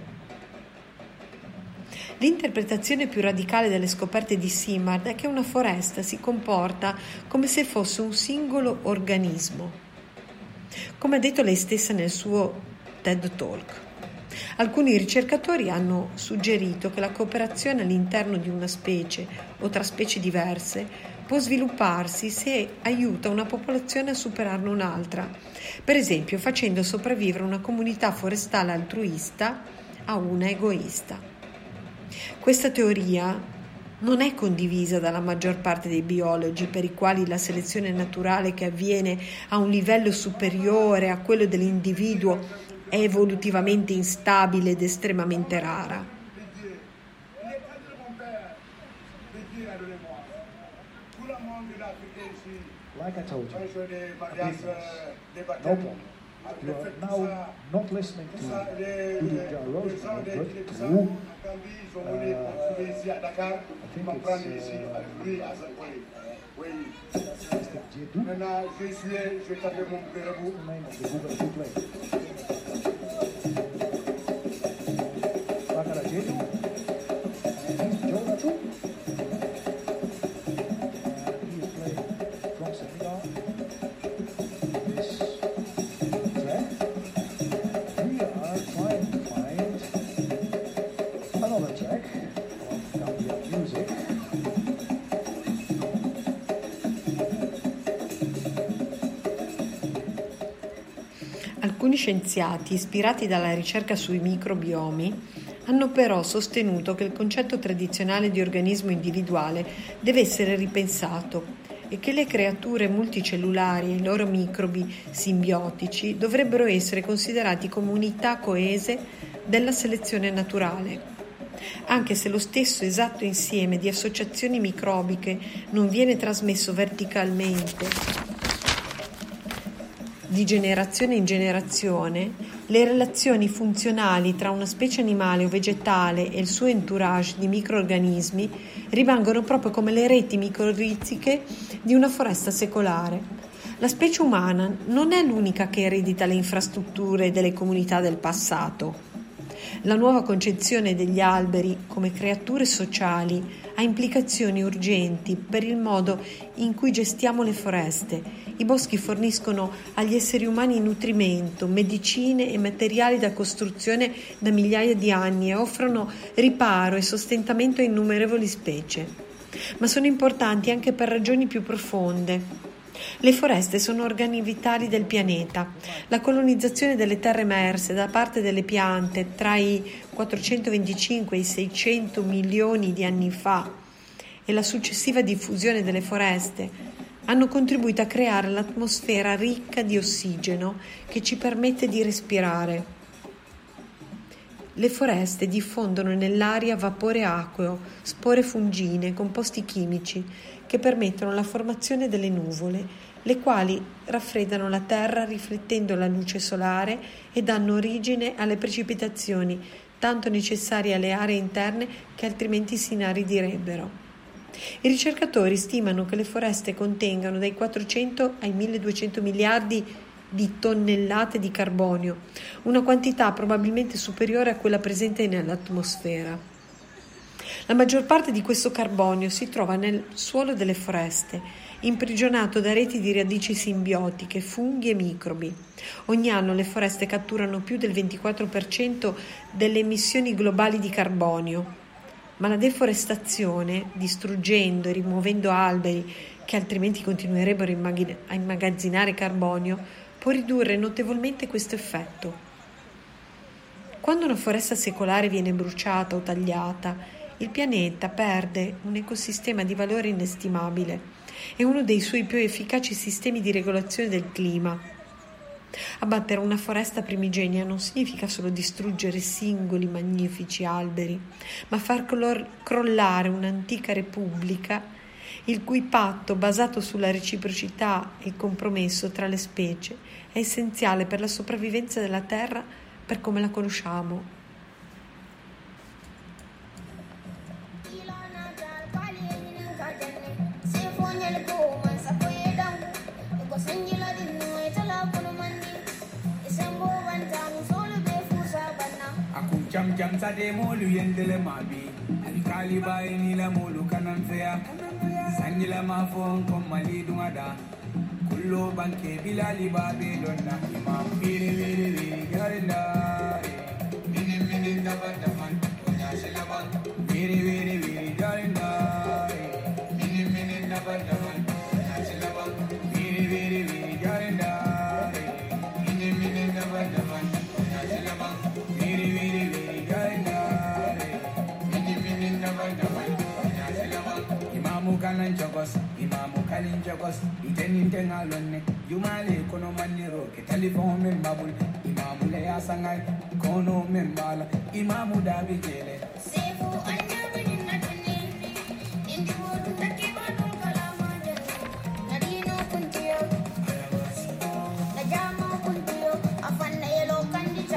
L'interpretazione più radicale delle scoperte di Simard è che una foresta si comporta come se fosse un singolo organismo. Come ha detto lei stessa nel suo TED Talk, alcuni ricercatori hanno suggerito che la cooperazione all'interno di una specie o tra specie diverse può svilupparsi se aiuta una popolazione a superarne un'altra, per esempio facendo sopravvivere una comunità forestale altruista a una egoista. Questa teoria non è condivisa dalla maggior parte dei biologi, per i quali la selezione naturale che avviene a un livello superiore a quello dell'individuo è evolutivamente instabile ed estremamente rara. Like I told you, no problem. You are now not listening to Dudu Jaros, but to, I think it's Mr. Jedou. That's the name of the Google to play. Bakara Jedou, and he's Jola too. And he is playing from Senegal. This track, we are trying to find another track of Gambian music. Alcuni scienziati, ispirati dalla ricerca sui microbiomi, hanno però sostenuto che il concetto tradizionale di organismo individuale deve essere ripensato e che le creature multicellulari e i loro microbi simbiotici dovrebbero essere considerati come unità coese della selezione naturale. Anche se lo stesso esatto insieme di associazioni microbiche non viene trasmesso verticalmente di generazione in generazione, le relazioni funzionali tra una specie animale o vegetale e il suo entourage di microrganismi rimangono proprio come le reti micorriziche di una foresta secolare. La specie umana non è l'unica che eredita le infrastrutture delle comunità del passato. La nuova concezione degli alberi come creature sociali ha implicazioni urgenti per il modo in cui gestiamo le foreste. I boschi forniscono agli esseri umani nutrimento, medicine e materiali da costruzione da migliaia di anni e offrono riparo e sostentamento a innumerevoli specie. Ma sono importanti anche per ragioni più profonde. Le foreste sono organi vitali del pianeta. La colonizzazione delle terre emerse da parte delle piante tra i 425 e i 600 milioni di anni fa e la successiva diffusione delle foreste hanno contribuito a creare l'atmosfera ricca di ossigeno che ci permette di respirare. Le foreste diffondono nell'aria vapore acqueo, spore fungine, composti chimici che permettono la formazione delle nuvole, le quali raffreddano la terra riflettendo la luce solare e danno origine alle precipitazioni, tanto necessarie alle aree interne che altrimenti si inaridirebbero. I ricercatori stimano che le foreste contengano dai 400 ai 1200 miliardi di tonnellate di carbonio, una quantità probabilmente superiore a quella presente nell'atmosfera. La maggior parte di questo carbonio si trova nel suolo delle foreste, imprigionato da reti di radici simbiotiche, funghi e microbi. Ogni anno le foreste catturano più del 24% delle emissioni globali di carbonio, ma la deforestazione, distruggendo e rimuovendo alberi che altrimenti continuerebbero a immagazzinare carbonio, può ridurre notevolmente questo effetto. Quando una foresta secolare viene bruciata o tagliata, il pianeta perde un ecosistema di valore inestimabile e uno dei suoi più efficaci sistemi di regolazione del clima. Abbattere una foresta primigenia non significa solo distruggere singoli magnifici alberi, ma far crollare un'antica repubblica il cui patto basato sulla reciprocità e il compromesso tra le specie è essenziale per la sopravvivenza della Terra per come la conosciamo. Cham cham sade molu yendele mabi alikali bay ni la molu kanan feya sanila ma fon kom mali dungada kullo banke bilali babe donna imam biri biri biri garinda mini mini dabada man onya selaban biri biri biri garinda mini mini dabada man onya selaban biri biri biri garinda mini mini dabada man onya selaban biri biri Imamu kanan jogos, imamu kalin jogos, itenin tengalonne, jumale kono maniro, ke telefon men babul, imamu le asangai, kono men bala, imamu dabi jele. Sefu anjabini natuni, indimu tutaki badul kalamajal, nadino kuntiyo, najamo kuntiyo, afanna yelo kandija.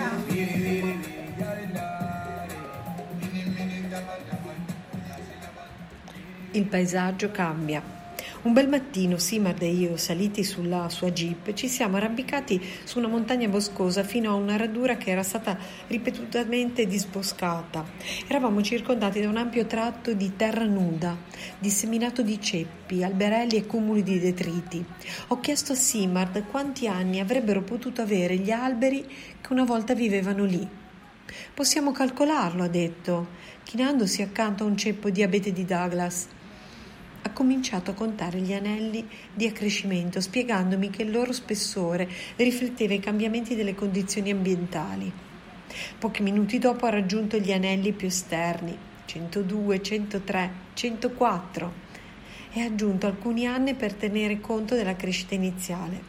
Il paesaggio cambia. Un bel mattino Simard e io, saliti sulla sua jeep, ci siamo arrampicati su una montagna boscosa fino a una radura che era stata ripetutamente disboscata. Eravamo circondati da un ampio tratto di terra nuda, disseminato di ceppi, alberelli e cumuli di detriti. Ho chiesto a Simard quanti anni avrebbero potuto avere gli alberi che una volta vivevano lì. «Possiamo calcolarlo», ha detto, chinandosi accanto a un ceppo di abete di Douglas. cominciato a contare gli anelli di accrescimento, spiegandomi che il loro spessore rifletteva i cambiamenti delle condizioni ambientali. Pochi minuti dopo ha raggiunto gli anelli più esterni, 102, 103, 104, e ha aggiunto alcuni anni per tenere conto della crescita iniziale.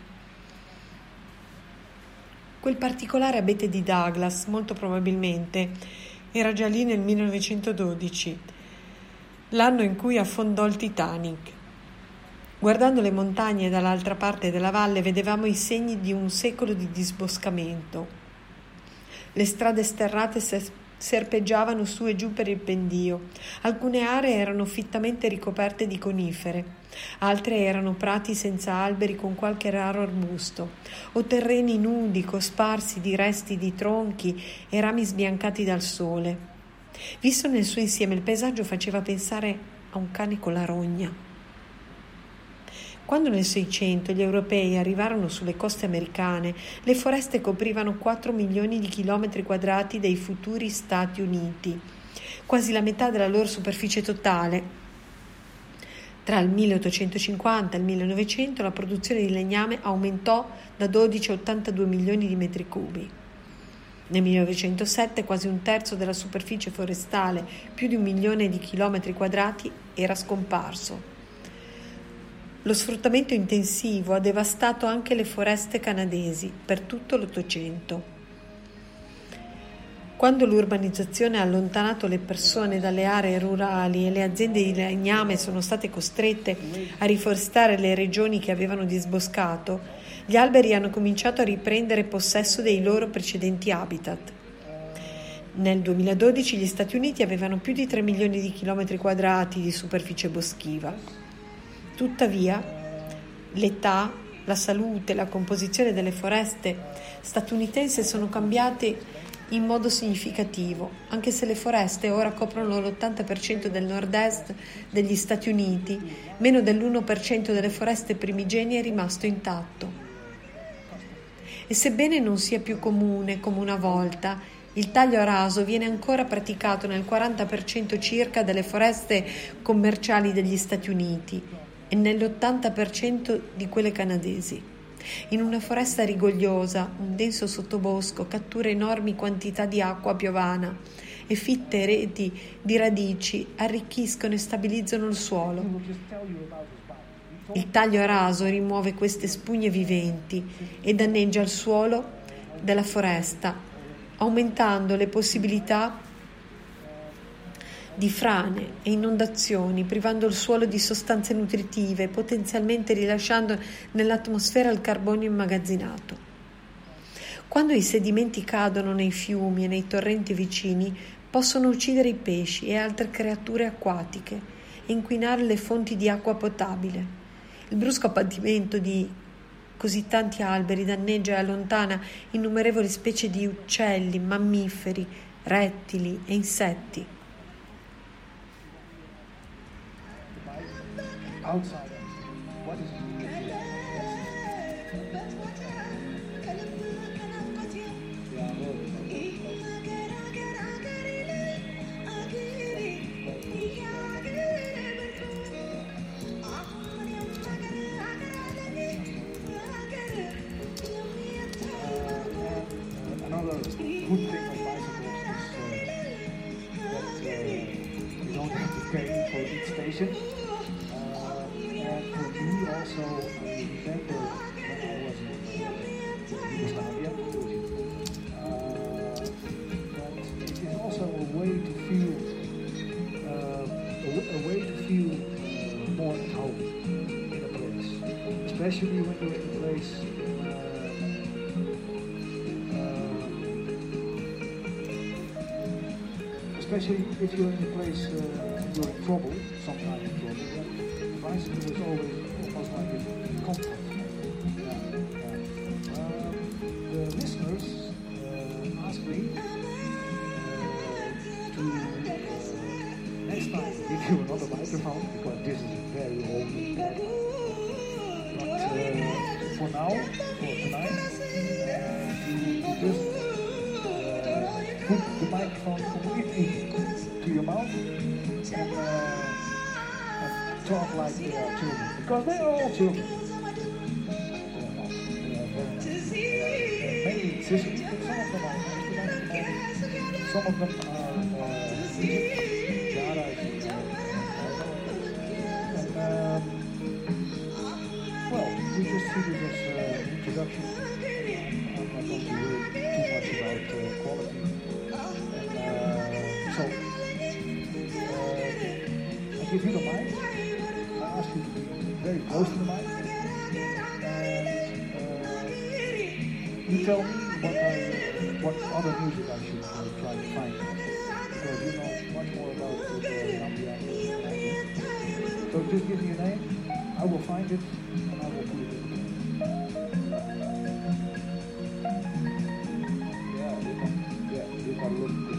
Quel particolare abete di Douglas, molto probabilmente, era già lì nel 1912, l'anno in cui affondò il Titanic. Guardando le montagne dall'altra parte della valle vedevamo i segni di un secolo di disboscamento. Le strade sterrate serpeggiavano su e giù per il pendio. Alcune aree erano fittamente ricoperte di conifere, altre erano prati senza alberi con qualche raro arbusto, o terreni nudi cosparsi di resti di tronchi e rami sbiancati dal sole. Visto nel suo insieme, il paesaggio faceva pensare a un cane con la rogna. Quando nel 600 gli europei arrivarono sulle coste americane, le foreste coprivano 4 milioni di chilometri quadrati dei futuri Stati Uniti, quasi la metà della loro superficie totale. Tra il 1850 e il 1900 la produzione di legname aumentò da 12 a 82 milioni di metri cubi. Nel 1907 quasi un terzo della superficie forestale, più di 1 milione di chilometri quadrati, era scomparso. Lo sfruttamento intensivo ha devastato anche le foreste canadesi per tutto l'Ottocento. Quando l'urbanizzazione ha allontanato le persone dalle aree rurali e le aziende di legname sono state costrette a riforestare le regioni che avevano disboscato, gli alberi hanno cominciato a riprendere possesso dei loro precedenti habitat. Nel 2012 gli Stati Uniti avevano più di 3 milioni di chilometri quadrati di superficie boschiva. Tuttavia, l'età, la salute e la composizione delle foreste statunitensi sono cambiate in modo significativo, anche se le foreste ora coprono l'80% del nord-est degli Stati Uniti, meno dell'1% delle foreste primigenie è rimasto intatto. E sebbene non sia più comune come una volta, il taglio a raso viene ancora praticato nel 40% circa delle foreste commerciali degli Stati Uniti e nell'80% di quelle canadesi. In una foresta rigogliosa, un denso sottobosco cattura enormi quantità di acqua piovana e fitte reti di radici arricchiscono e stabilizzano il suolo. Il taglio a raso rimuove queste spugne viventi e danneggia il suolo della foresta, aumentando le possibilità di frane e inondazioni, privando il suolo di sostanze nutritive, potenzialmente rilasciando nell'atmosfera il carbonio immagazzinato. Quando i sedimenti cadono nei fiumi e nei torrenti vicini, possono uccidere i pesci e altre creature acquatiche e inquinare le fonti di acqua potabile. Il brusco abbattimento di così tanti alberi danneggia e allontana innumerevoli specie di uccelli, mammiferi, rettili e insetti. Outside what is another good thing of bicycles is that you don't have to pay for each station. For me also, I remember when I was in Yugoslavia, that it is also a way to feel, more at home in a place, especially when you're in a place. Especially if you're in a place you're in trouble, some kind of trouble. Bicycle is always almost like a comfort. The listeners asked me to next time give you another microphone because this is a very old microphone. But for now, for tonight, you just put the microphone completely to your mouth and talk like they are children, because they are all children. Mainly Sicily, but some of them are some of them are Egypt, Jara, and well, we just see this as an introduction. I'm not going to worry too much about quality. So, if you don't mind, I ask you to be very close to the mic. And you tell me what other music I should try to find. Because you know much more about it than I do. So just give me a name, I will find it, and I will put it in. You can look at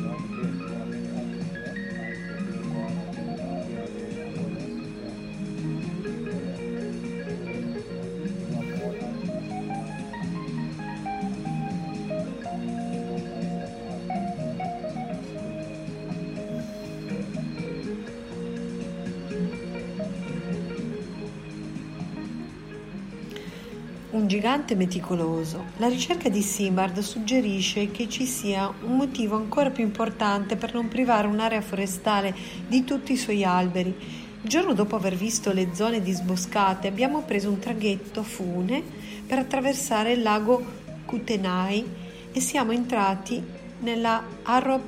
Un gigante meticoloso. La ricerca di Simard suggerisce che ci sia un motivo ancora più importante per non privare un'area forestale di tutti i suoi alberi. Il giorno dopo aver visto le zone disboscate abbiamo preso un traghetto a fune per attraversare il lago Kootenay e siamo entrati nella Arrow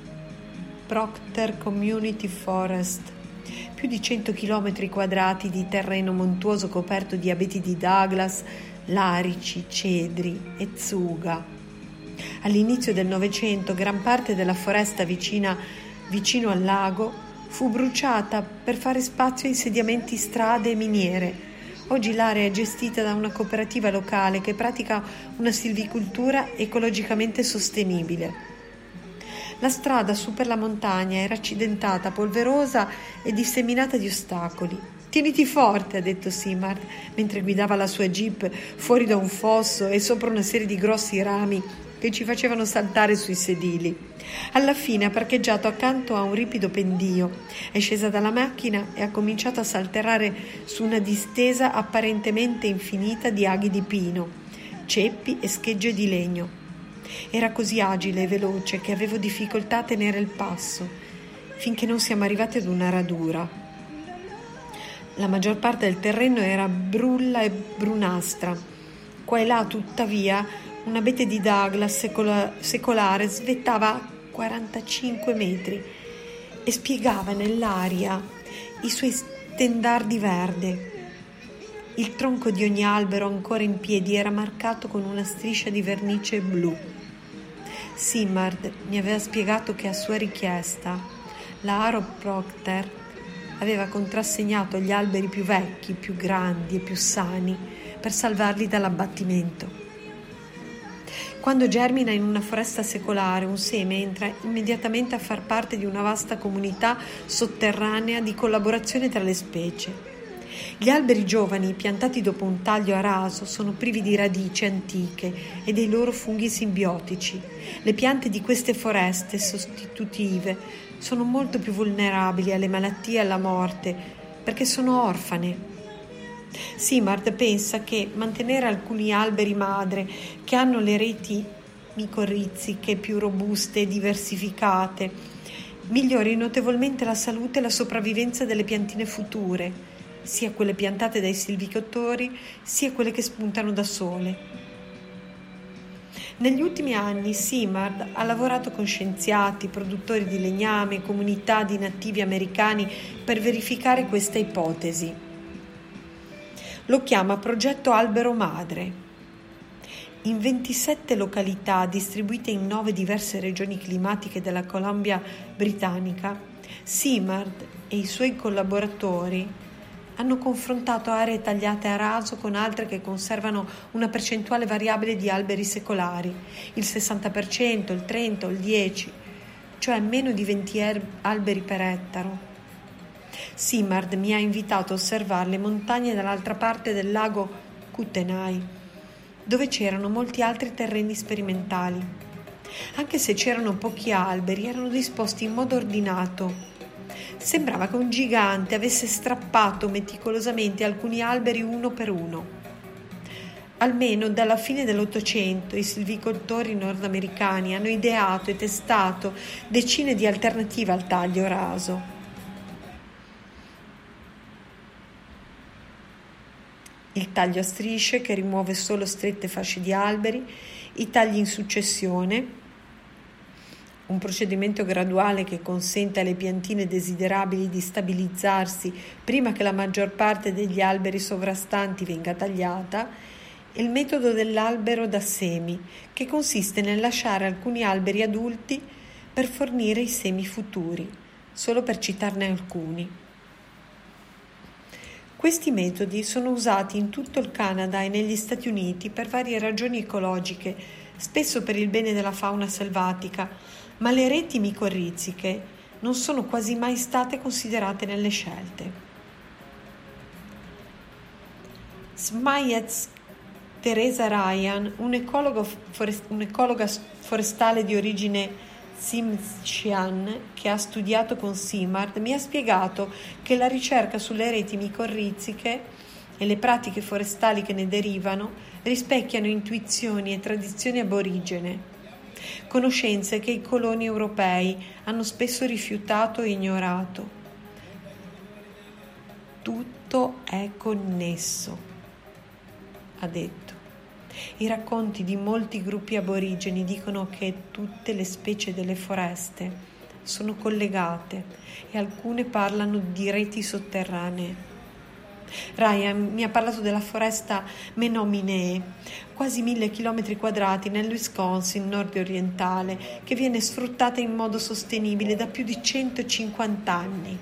Proctor Community Forest. Più di 100 km quadrati di terreno montuoso coperto di abeti di Douglas, larici, cedri e tsuga. All'inizio del Novecento gran parte della foresta vicino al lago fu bruciata per fare spazio a insediamenti, strade e miniere. Oggi l'area è gestita da una cooperativa locale che pratica una silvicoltura ecologicamente sostenibile. La strada su per la montagna era accidentata, polverosa e disseminata di ostacoli. «Tieniti forte», ha detto Simard, mentre guidava la sua jeep fuori da un fosso e sopra una serie di grossi rami che ci facevano saltare sui sedili. Alla fine ha parcheggiato accanto a un ripido pendio, è scesa dalla macchina e ha cominciato a saltellare su una distesa apparentemente infinita di aghi di pino, ceppi e schegge di legno. Era così agile e veloce che avevo difficoltà a tenere il passo, finché non siamo arrivati ad una radura. La maggior parte del terreno era brulla e brunastra. Qua e là, tuttavia, un abete di Douglas secolare svettava a 45 metri e spiegava nell'aria i suoi stendardi verde. Il tronco di ogni albero ancora in piedi era marcato con una striscia di vernice blu. Simard mi aveva spiegato che a sua richiesta la Arrow Proctor aveva contrassegnato gli alberi più vecchi, più grandi e più sani per salvarli dall'abbattimento. Quando germina in una foresta secolare, un seme entra immediatamente a far parte di una vasta comunità sotterranea di collaborazione tra le specie. Gli alberi giovani, piantati dopo un taglio a raso, sono privi di radici antiche e dei loro funghi simbiotici. Le piante di queste foreste sostitutive sono molto più vulnerabili alle malattie e alla morte perché sono orfane. Simard pensa che mantenere alcuni alberi madre che hanno le reti micorriziche più robuste e diversificate migliori notevolmente la salute e la sopravvivenza delle piantine future, sia quelle piantate dai silvicoltori, sia quelle che spuntano da sole. Negli ultimi anni Simard ha lavorato con scienziati, produttori di legname, comunità di nativi americani per verificare questa ipotesi. Lo chiama Progetto Albero Madre. In 27 località distribuite in 9 diverse regioni climatiche della Columbia Britannica, Simard e i suoi collaboratori hanno confrontato aree tagliate a raso con altre che conservano una percentuale variabile di alberi secolari, il 60%, il 30% o il 10%, cioè meno di 20 alberi per ettaro. Simard mi ha invitato a osservare le montagne dall'altra parte del lago Kootenay, dove c'erano molti altri terreni sperimentali. Anche se c'erano pochi alberi, erano disposti in modo ordinato. Sembrava che un gigante avesse strappato meticolosamente alcuni alberi uno per uno. Almeno dalla fine dell'Ottocento i silvicoltori nordamericani hanno ideato e testato decine di alternative al taglio raso. Il taglio a strisce che rimuove solo strette fasce di alberi, i tagli in successione, un procedimento graduale che consente alle piantine desiderabili di stabilizzarsi prima che la maggior parte degli alberi sovrastanti venga tagliata, e il metodo dell'albero da semi, che consiste nel lasciare alcuni alberi adulti per fornire i semi futuri, solo per citarne alcuni. Questi metodi sono usati in tutto il Canada e negli Stati Uniti per varie ragioni ecologiche, spesso per il bene della fauna selvatica, ma le reti micorriziche non sono quasi mai state considerate nelle scelte. Smajec Teresa Ryan, un'ecologa forestale di origine Tsimshian che ha studiato con Simard, mi ha spiegato che la ricerca sulle reti micorriziche e le pratiche forestali che ne derivano rispecchiano intuizioni e tradizioni aborigene, conoscenze che i coloni europei hanno spesso rifiutato e ignorato. Tutto è connesso, ha detto. I racconti di molti gruppi aborigeni dicono che tutte le specie delle foreste sono collegate e alcune parlano di reti sotterranee. Ryan mi ha parlato della foresta Menominee, quasi 1000 km² nel Wisconsin nord-orientale, che viene sfruttata in modo sostenibile da più di 150 anni.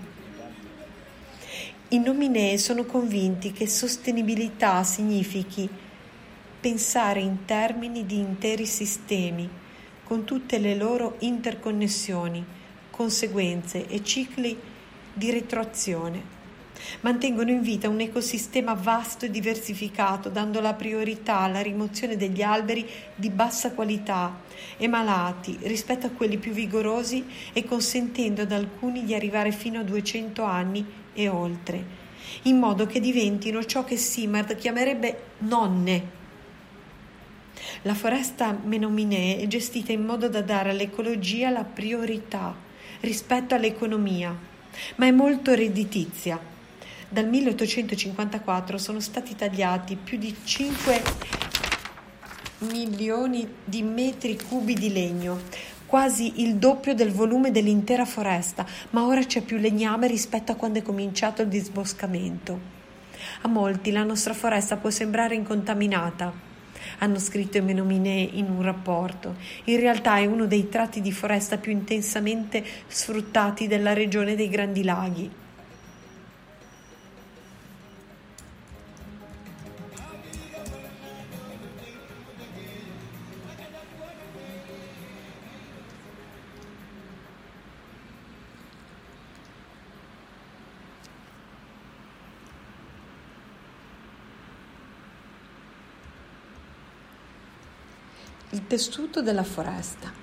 I Nominee sono convinti che sostenibilità significhi pensare in termini di interi sistemi, con tutte le loro interconnessioni, conseguenze e cicli di retroazione. Mantengono in vita un ecosistema vasto e diversificato, dando la priorità alla rimozione degli alberi di bassa qualità e malati rispetto a quelli più vigorosi e consentendo ad alcuni di arrivare fino a 200 anni e oltre, in modo che diventino ciò che Simard chiamerebbe nonne. La foresta Menominee è gestita in modo da dare all'ecologia la priorità rispetto all'economia, ma è molto redditizia. Dal 1854 sono stati tagliati più di 5 milioni di metri cubi di legno, quasi il doppio del volume dell'intera foresta, ma ora c'è più legname rispetto a quando è cominciato il disboscamento. A molti la nostra foresta può sembrare incontaminata, hanno scritto i Menominee in un rapporto. In realtà è uno dei tratti di foresta più intensamente sfruttati della regione dei Grandi Laghi. Il tessuto della foresta.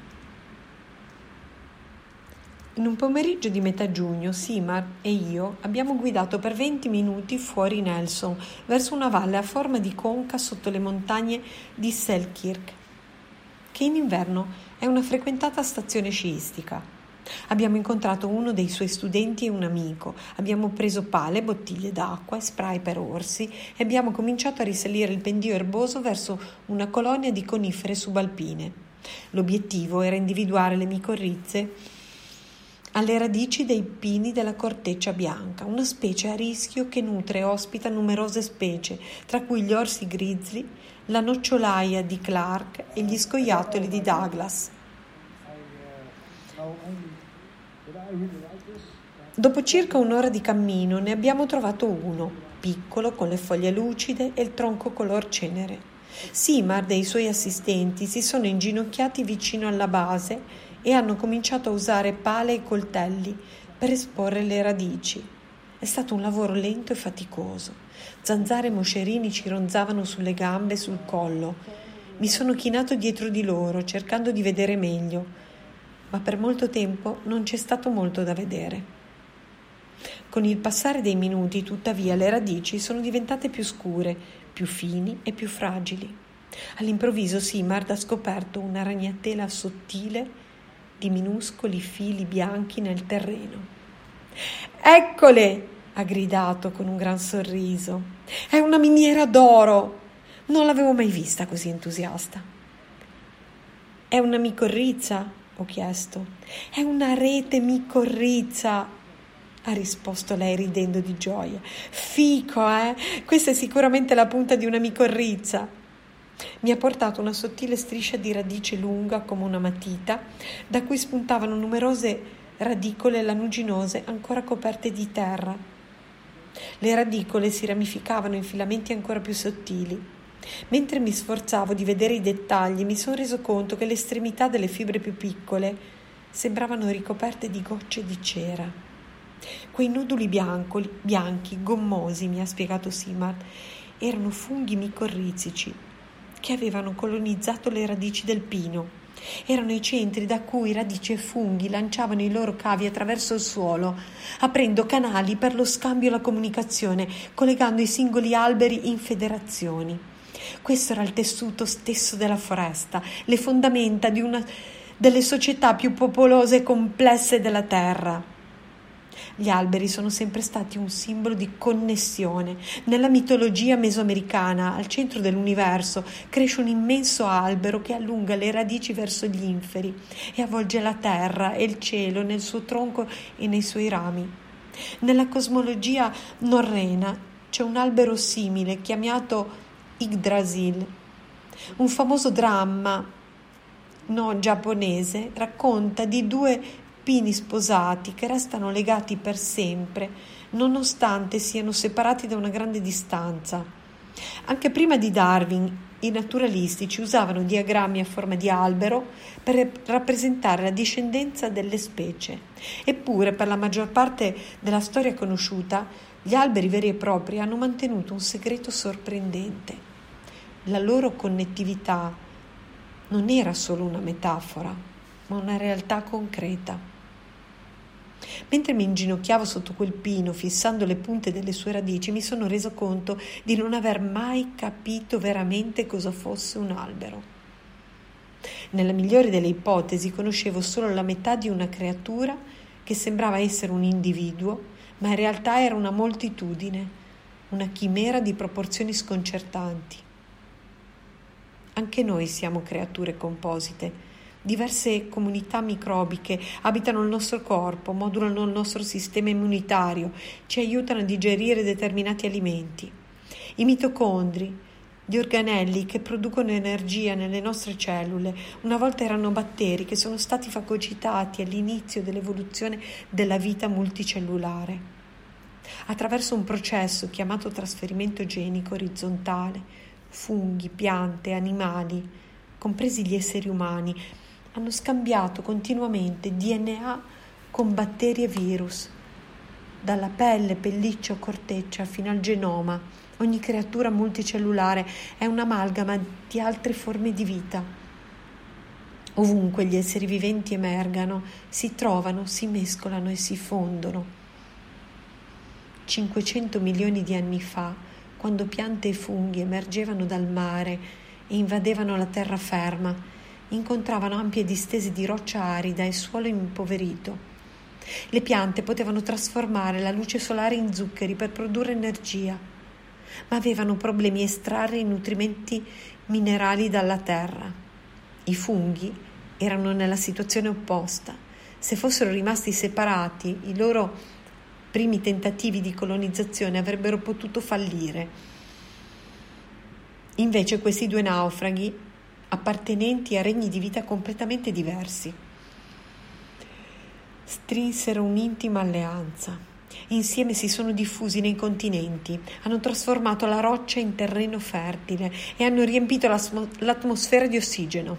In un pomeriggio di metà giugno, Simard e io abbiamo guidato per 20 minuti fuori Nelson, verso una valle a forma di conca sotto le montagne di Selkirk, che in inverno è una frequentata stazione sciistica. Abbiamo incontrato uno dei suoi studenti e un amico, abbiamo preso pale, bottiglie d'acqua e spray per orsi e abbiamo cominciato a risalire il pendio erboso verso una colonia di conifere subalpine. L'obiettivo era individuare le micorrize alle radici dei pini della corteccia bianca, una specie a rischio che nutre e ospita numerose specie, tra cui gli orsi grizzly, la nocciolaia di Clark e gli scoiattoli di Douglas. Dopo circa un'ora di cammino ne abbiamo trovato uno, piccolo, con le foglie lucide e il tronco color cenere. Simard e i suoi assistenti si sono inginocchiati vicino alla base e hanno cominciato a usare pale e coltelli per esporre le radici. È stato un lavoro lento e faticoso. Zanzare e moscerini ci ronzavano sulle gambe e sul collo. Mi sono chinato dietro di loro, cercando di vedere meglio, ma per molto tempo non c'è stato molto da vedere. Con il passare dei minuti, tuttavia, le radici sono diventate più scure, più fini e più fragili. All'improvviso Simard ha scoperto una ragnatela sottile di minuscoli fili bianchi nel terreno. «Eccole!» ha gridato con un gran sorriso. «È una miniera d'oro! Non l'avevo mai vista così entusiasta». «È una micorrizza?» ho chiesto. «È una rete micorrizza!» ha risposto lei ridendo di gioia. «Fico, eh? Questa è sicuramente la punta di una micorrizza!» Mi ha portato una sottile striscia di radice lunga come una matita, da cui spuntavano numerose radicole lanuginose ancora coperte di terra. Le radicole si ramificavano in filamenti ancora più sottili. Mentre mi sforzavo di vedere i dettagli, mi sono reso conto che le estremità delle fibre più piccole sembravano ricoperte di gocce di cera. Quei noduli bianchi, gommosi, mi ha spiegato Simard, erano funghi micorrizici che avevano colonizzato le radici del pino. Erano i centri da cui radici e funghi lanciavano i loro cavi attraverso il suolo, aprendo canali per lo scambio e la comunicazione, collegando i singoli alberi in federazioni. Questo era il tessuto stesso della foresta, le fondamenta di una delle società più popolose e complesse della Terra. Gli alberi sono sempre stati un simbolo di connessione. Nella mitologia mesoamericana, al centro dell'universo, cresce un immenso albero che allunga le radici verso gli inferi e avvolge la terra e il cielo nel suo tronco e nei suoi rami. Nella cosmologia norrena c'è un albero simile chiamato Yggdrasil. Un famoso dramma giapponese racconta di due pini sposati che restano legati per sempre, nonostante siano separati da una grande distanza. Anche prima di Darwin, i naturalistici usavano diagrammi a forma di albero per rappresentare la discendenza delle specie. Eppure, per la maggior parte della storia conosciuta, gli alberi veri e propri hanno mantenuto un segreto sorprendente. La loro connettività non era solo una metafora, ma una realtà concreta. Mentre mi inginocchiavo sotto quel pino, fissando le punte delle sue radici, mi sono reso conto di non aver mai capito veramente cosa fosse un albero. Nella migliore delle ipotesi, conoscevo solo la metà di una creatura che sembrava essere un individuo, ma in realtà era una moltitudine, una chimera di proporzioni sconcertanti. Anche noi siamo creature composite. Diverse comunità microbiche abitano il nostro corpo, modulano il nostro sistema immunitario, ci aiutano a digerire determinati alimenti. I mitocondri, gli organelli che producono energia nelle nostre cellule, una volta erano batteri che sono stati fagocitati all'inizio dell'evoluzione della vita multicellulare. Attraverso un processo chiamato trasferimento genico orizzontale, funghi, piante, animali, compresi gli esseri umani, hanno scambiato continuamente DNA con batteri e virus. Dalla pelle, pelliccia o corteccia fino al genoma, ogni creatura multicellulare è un'amalgama di altre forme di vita. Ovunque gli esseri viventi emergano, si trovano, si mescolano e si fondono. 500 milioni di anni fa, quando piante e funghi emergevano dal mare e invadevano la terraferma, incontravano ampie distese di roccia arida e suolo impoverito. Le piante potevano trasformare la luce solare in zuccheri per produrre energia, ma avevano problemi a estrarre i nutrimenti minerali dalla terra. I funghi erano nella situazione opposta. Se fossero rimasti separati, i loro primi tentativi di colonizzazione avrebbero potuto fallire. Invece questi due naufraghi, appartenenti a regni di vita completamente diversi, strinsero un'intima alleanza. Insieme si sono diffusi nei continenti, hanno trasformato la roccia in terreno fertile e hanno riempito l'atmosfera di ossigeno.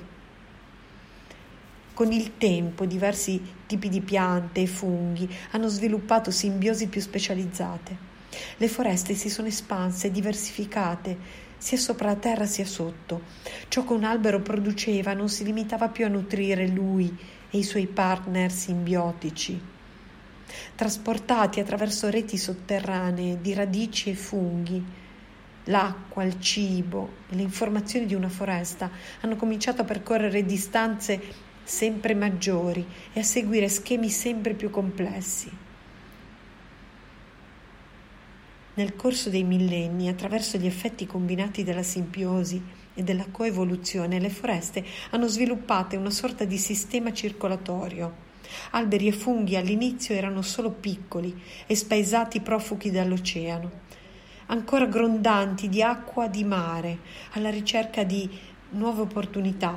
Con il tempo diversi tipi di piante e funghi hanno sviluppato simbiosi più specializzate. Le foreste si sono espanse e diversificate, sia sopra la terra sia sotto. Ciò che un albero produceva non si limitava più a nutrire lui e i suoi partner simbiotici. trasportati attraverso reti sotterranee di radici e funghi. L'acqua, il cibo e le informazioni di una foresta hanno cominciato a percorrere distanze sempre maggiori e a seguire schemi sempre più complessi. Nel corso dei millenni, attraverso gli effetti combinati della simbiosi e della coevoluzione, le foreste hanno sviluppato una sorta di sistema circolatorio. Alberi e funghi all'inizio erano solo piccoli e spaesati profughi dall'oceano, ancora grondanti di acqua di mare, alla ricerca di nuove opportunità.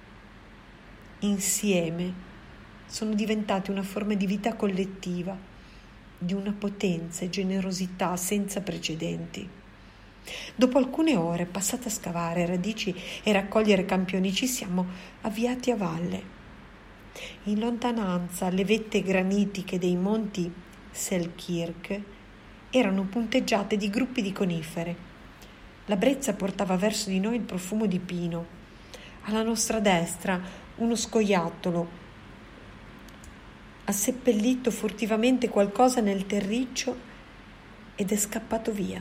Insieme sono diventati una forma di vita collettiva, di una potenza e generosità senza precedenti. Dopo alcune ore passate a scavare radici e raccogliere campioni, ci siamo avviati a valle. In lontananza le vette granitiche dei monti Selkirk erano punteggiate di gruppi di conifere. La brezza portava verso di noi il profumo di pino. Alla nostra destra uno scoiattolo ha seppellito furtivamente qualcosa nel terriccio ed è scappato via.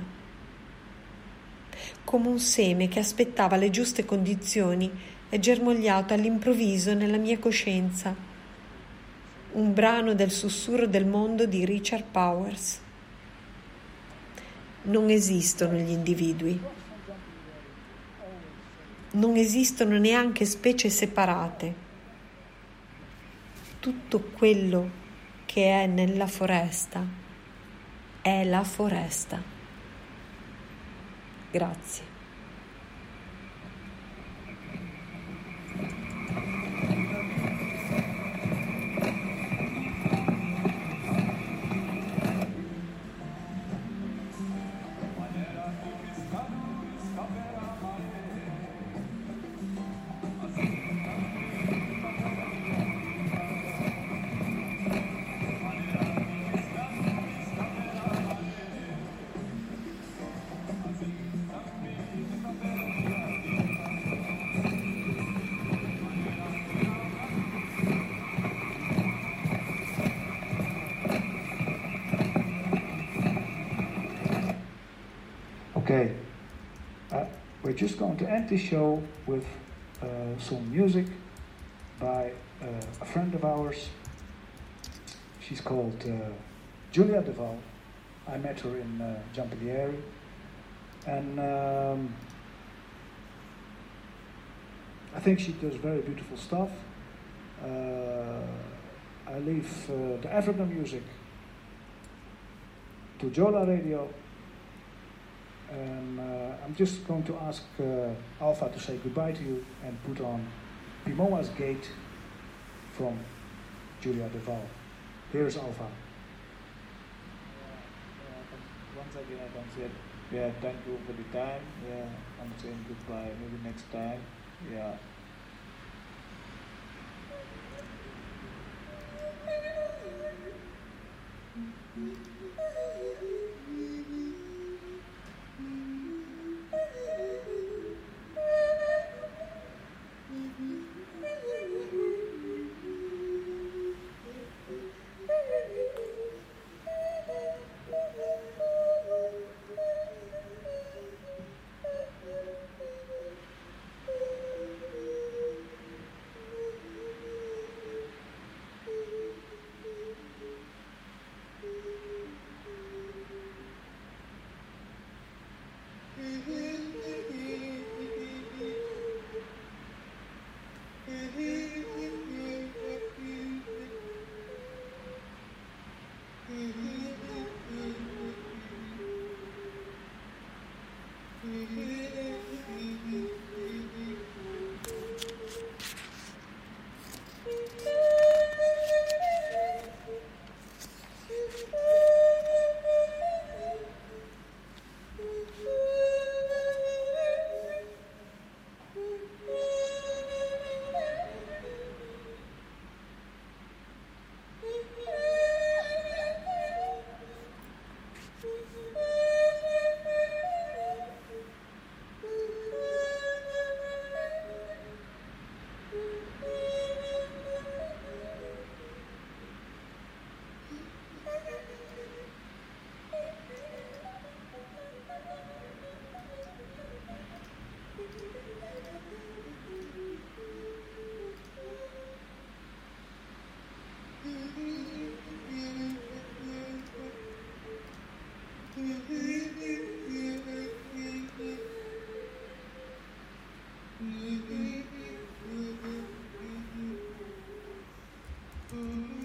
Come un seme che aspettava le giuste condizioni, è germogliato all'improvviso nella mia coscienza un brano del Sussurro del mondo di Richard Powers. Non esistono gli individui. Non esistono neanche specie separate. Tutto quello che è nella foresta è la foresta. Grazie. Okay, we're just going to end the show with some music by a friend of ours. She's called Julia Deval. I met her in Giampilieri, and I think she does very beautiful stuff. I leave the African music to Jola Radio. And I'm just going to ask Alpha to say goodbye to you and put on Pimoa's Gate from Julia Deval. Here's Alpha. Once again, I can say, yeah, thank you for the time. Yeah, I'm saying goodbye. Maybe next time. Yeah. you.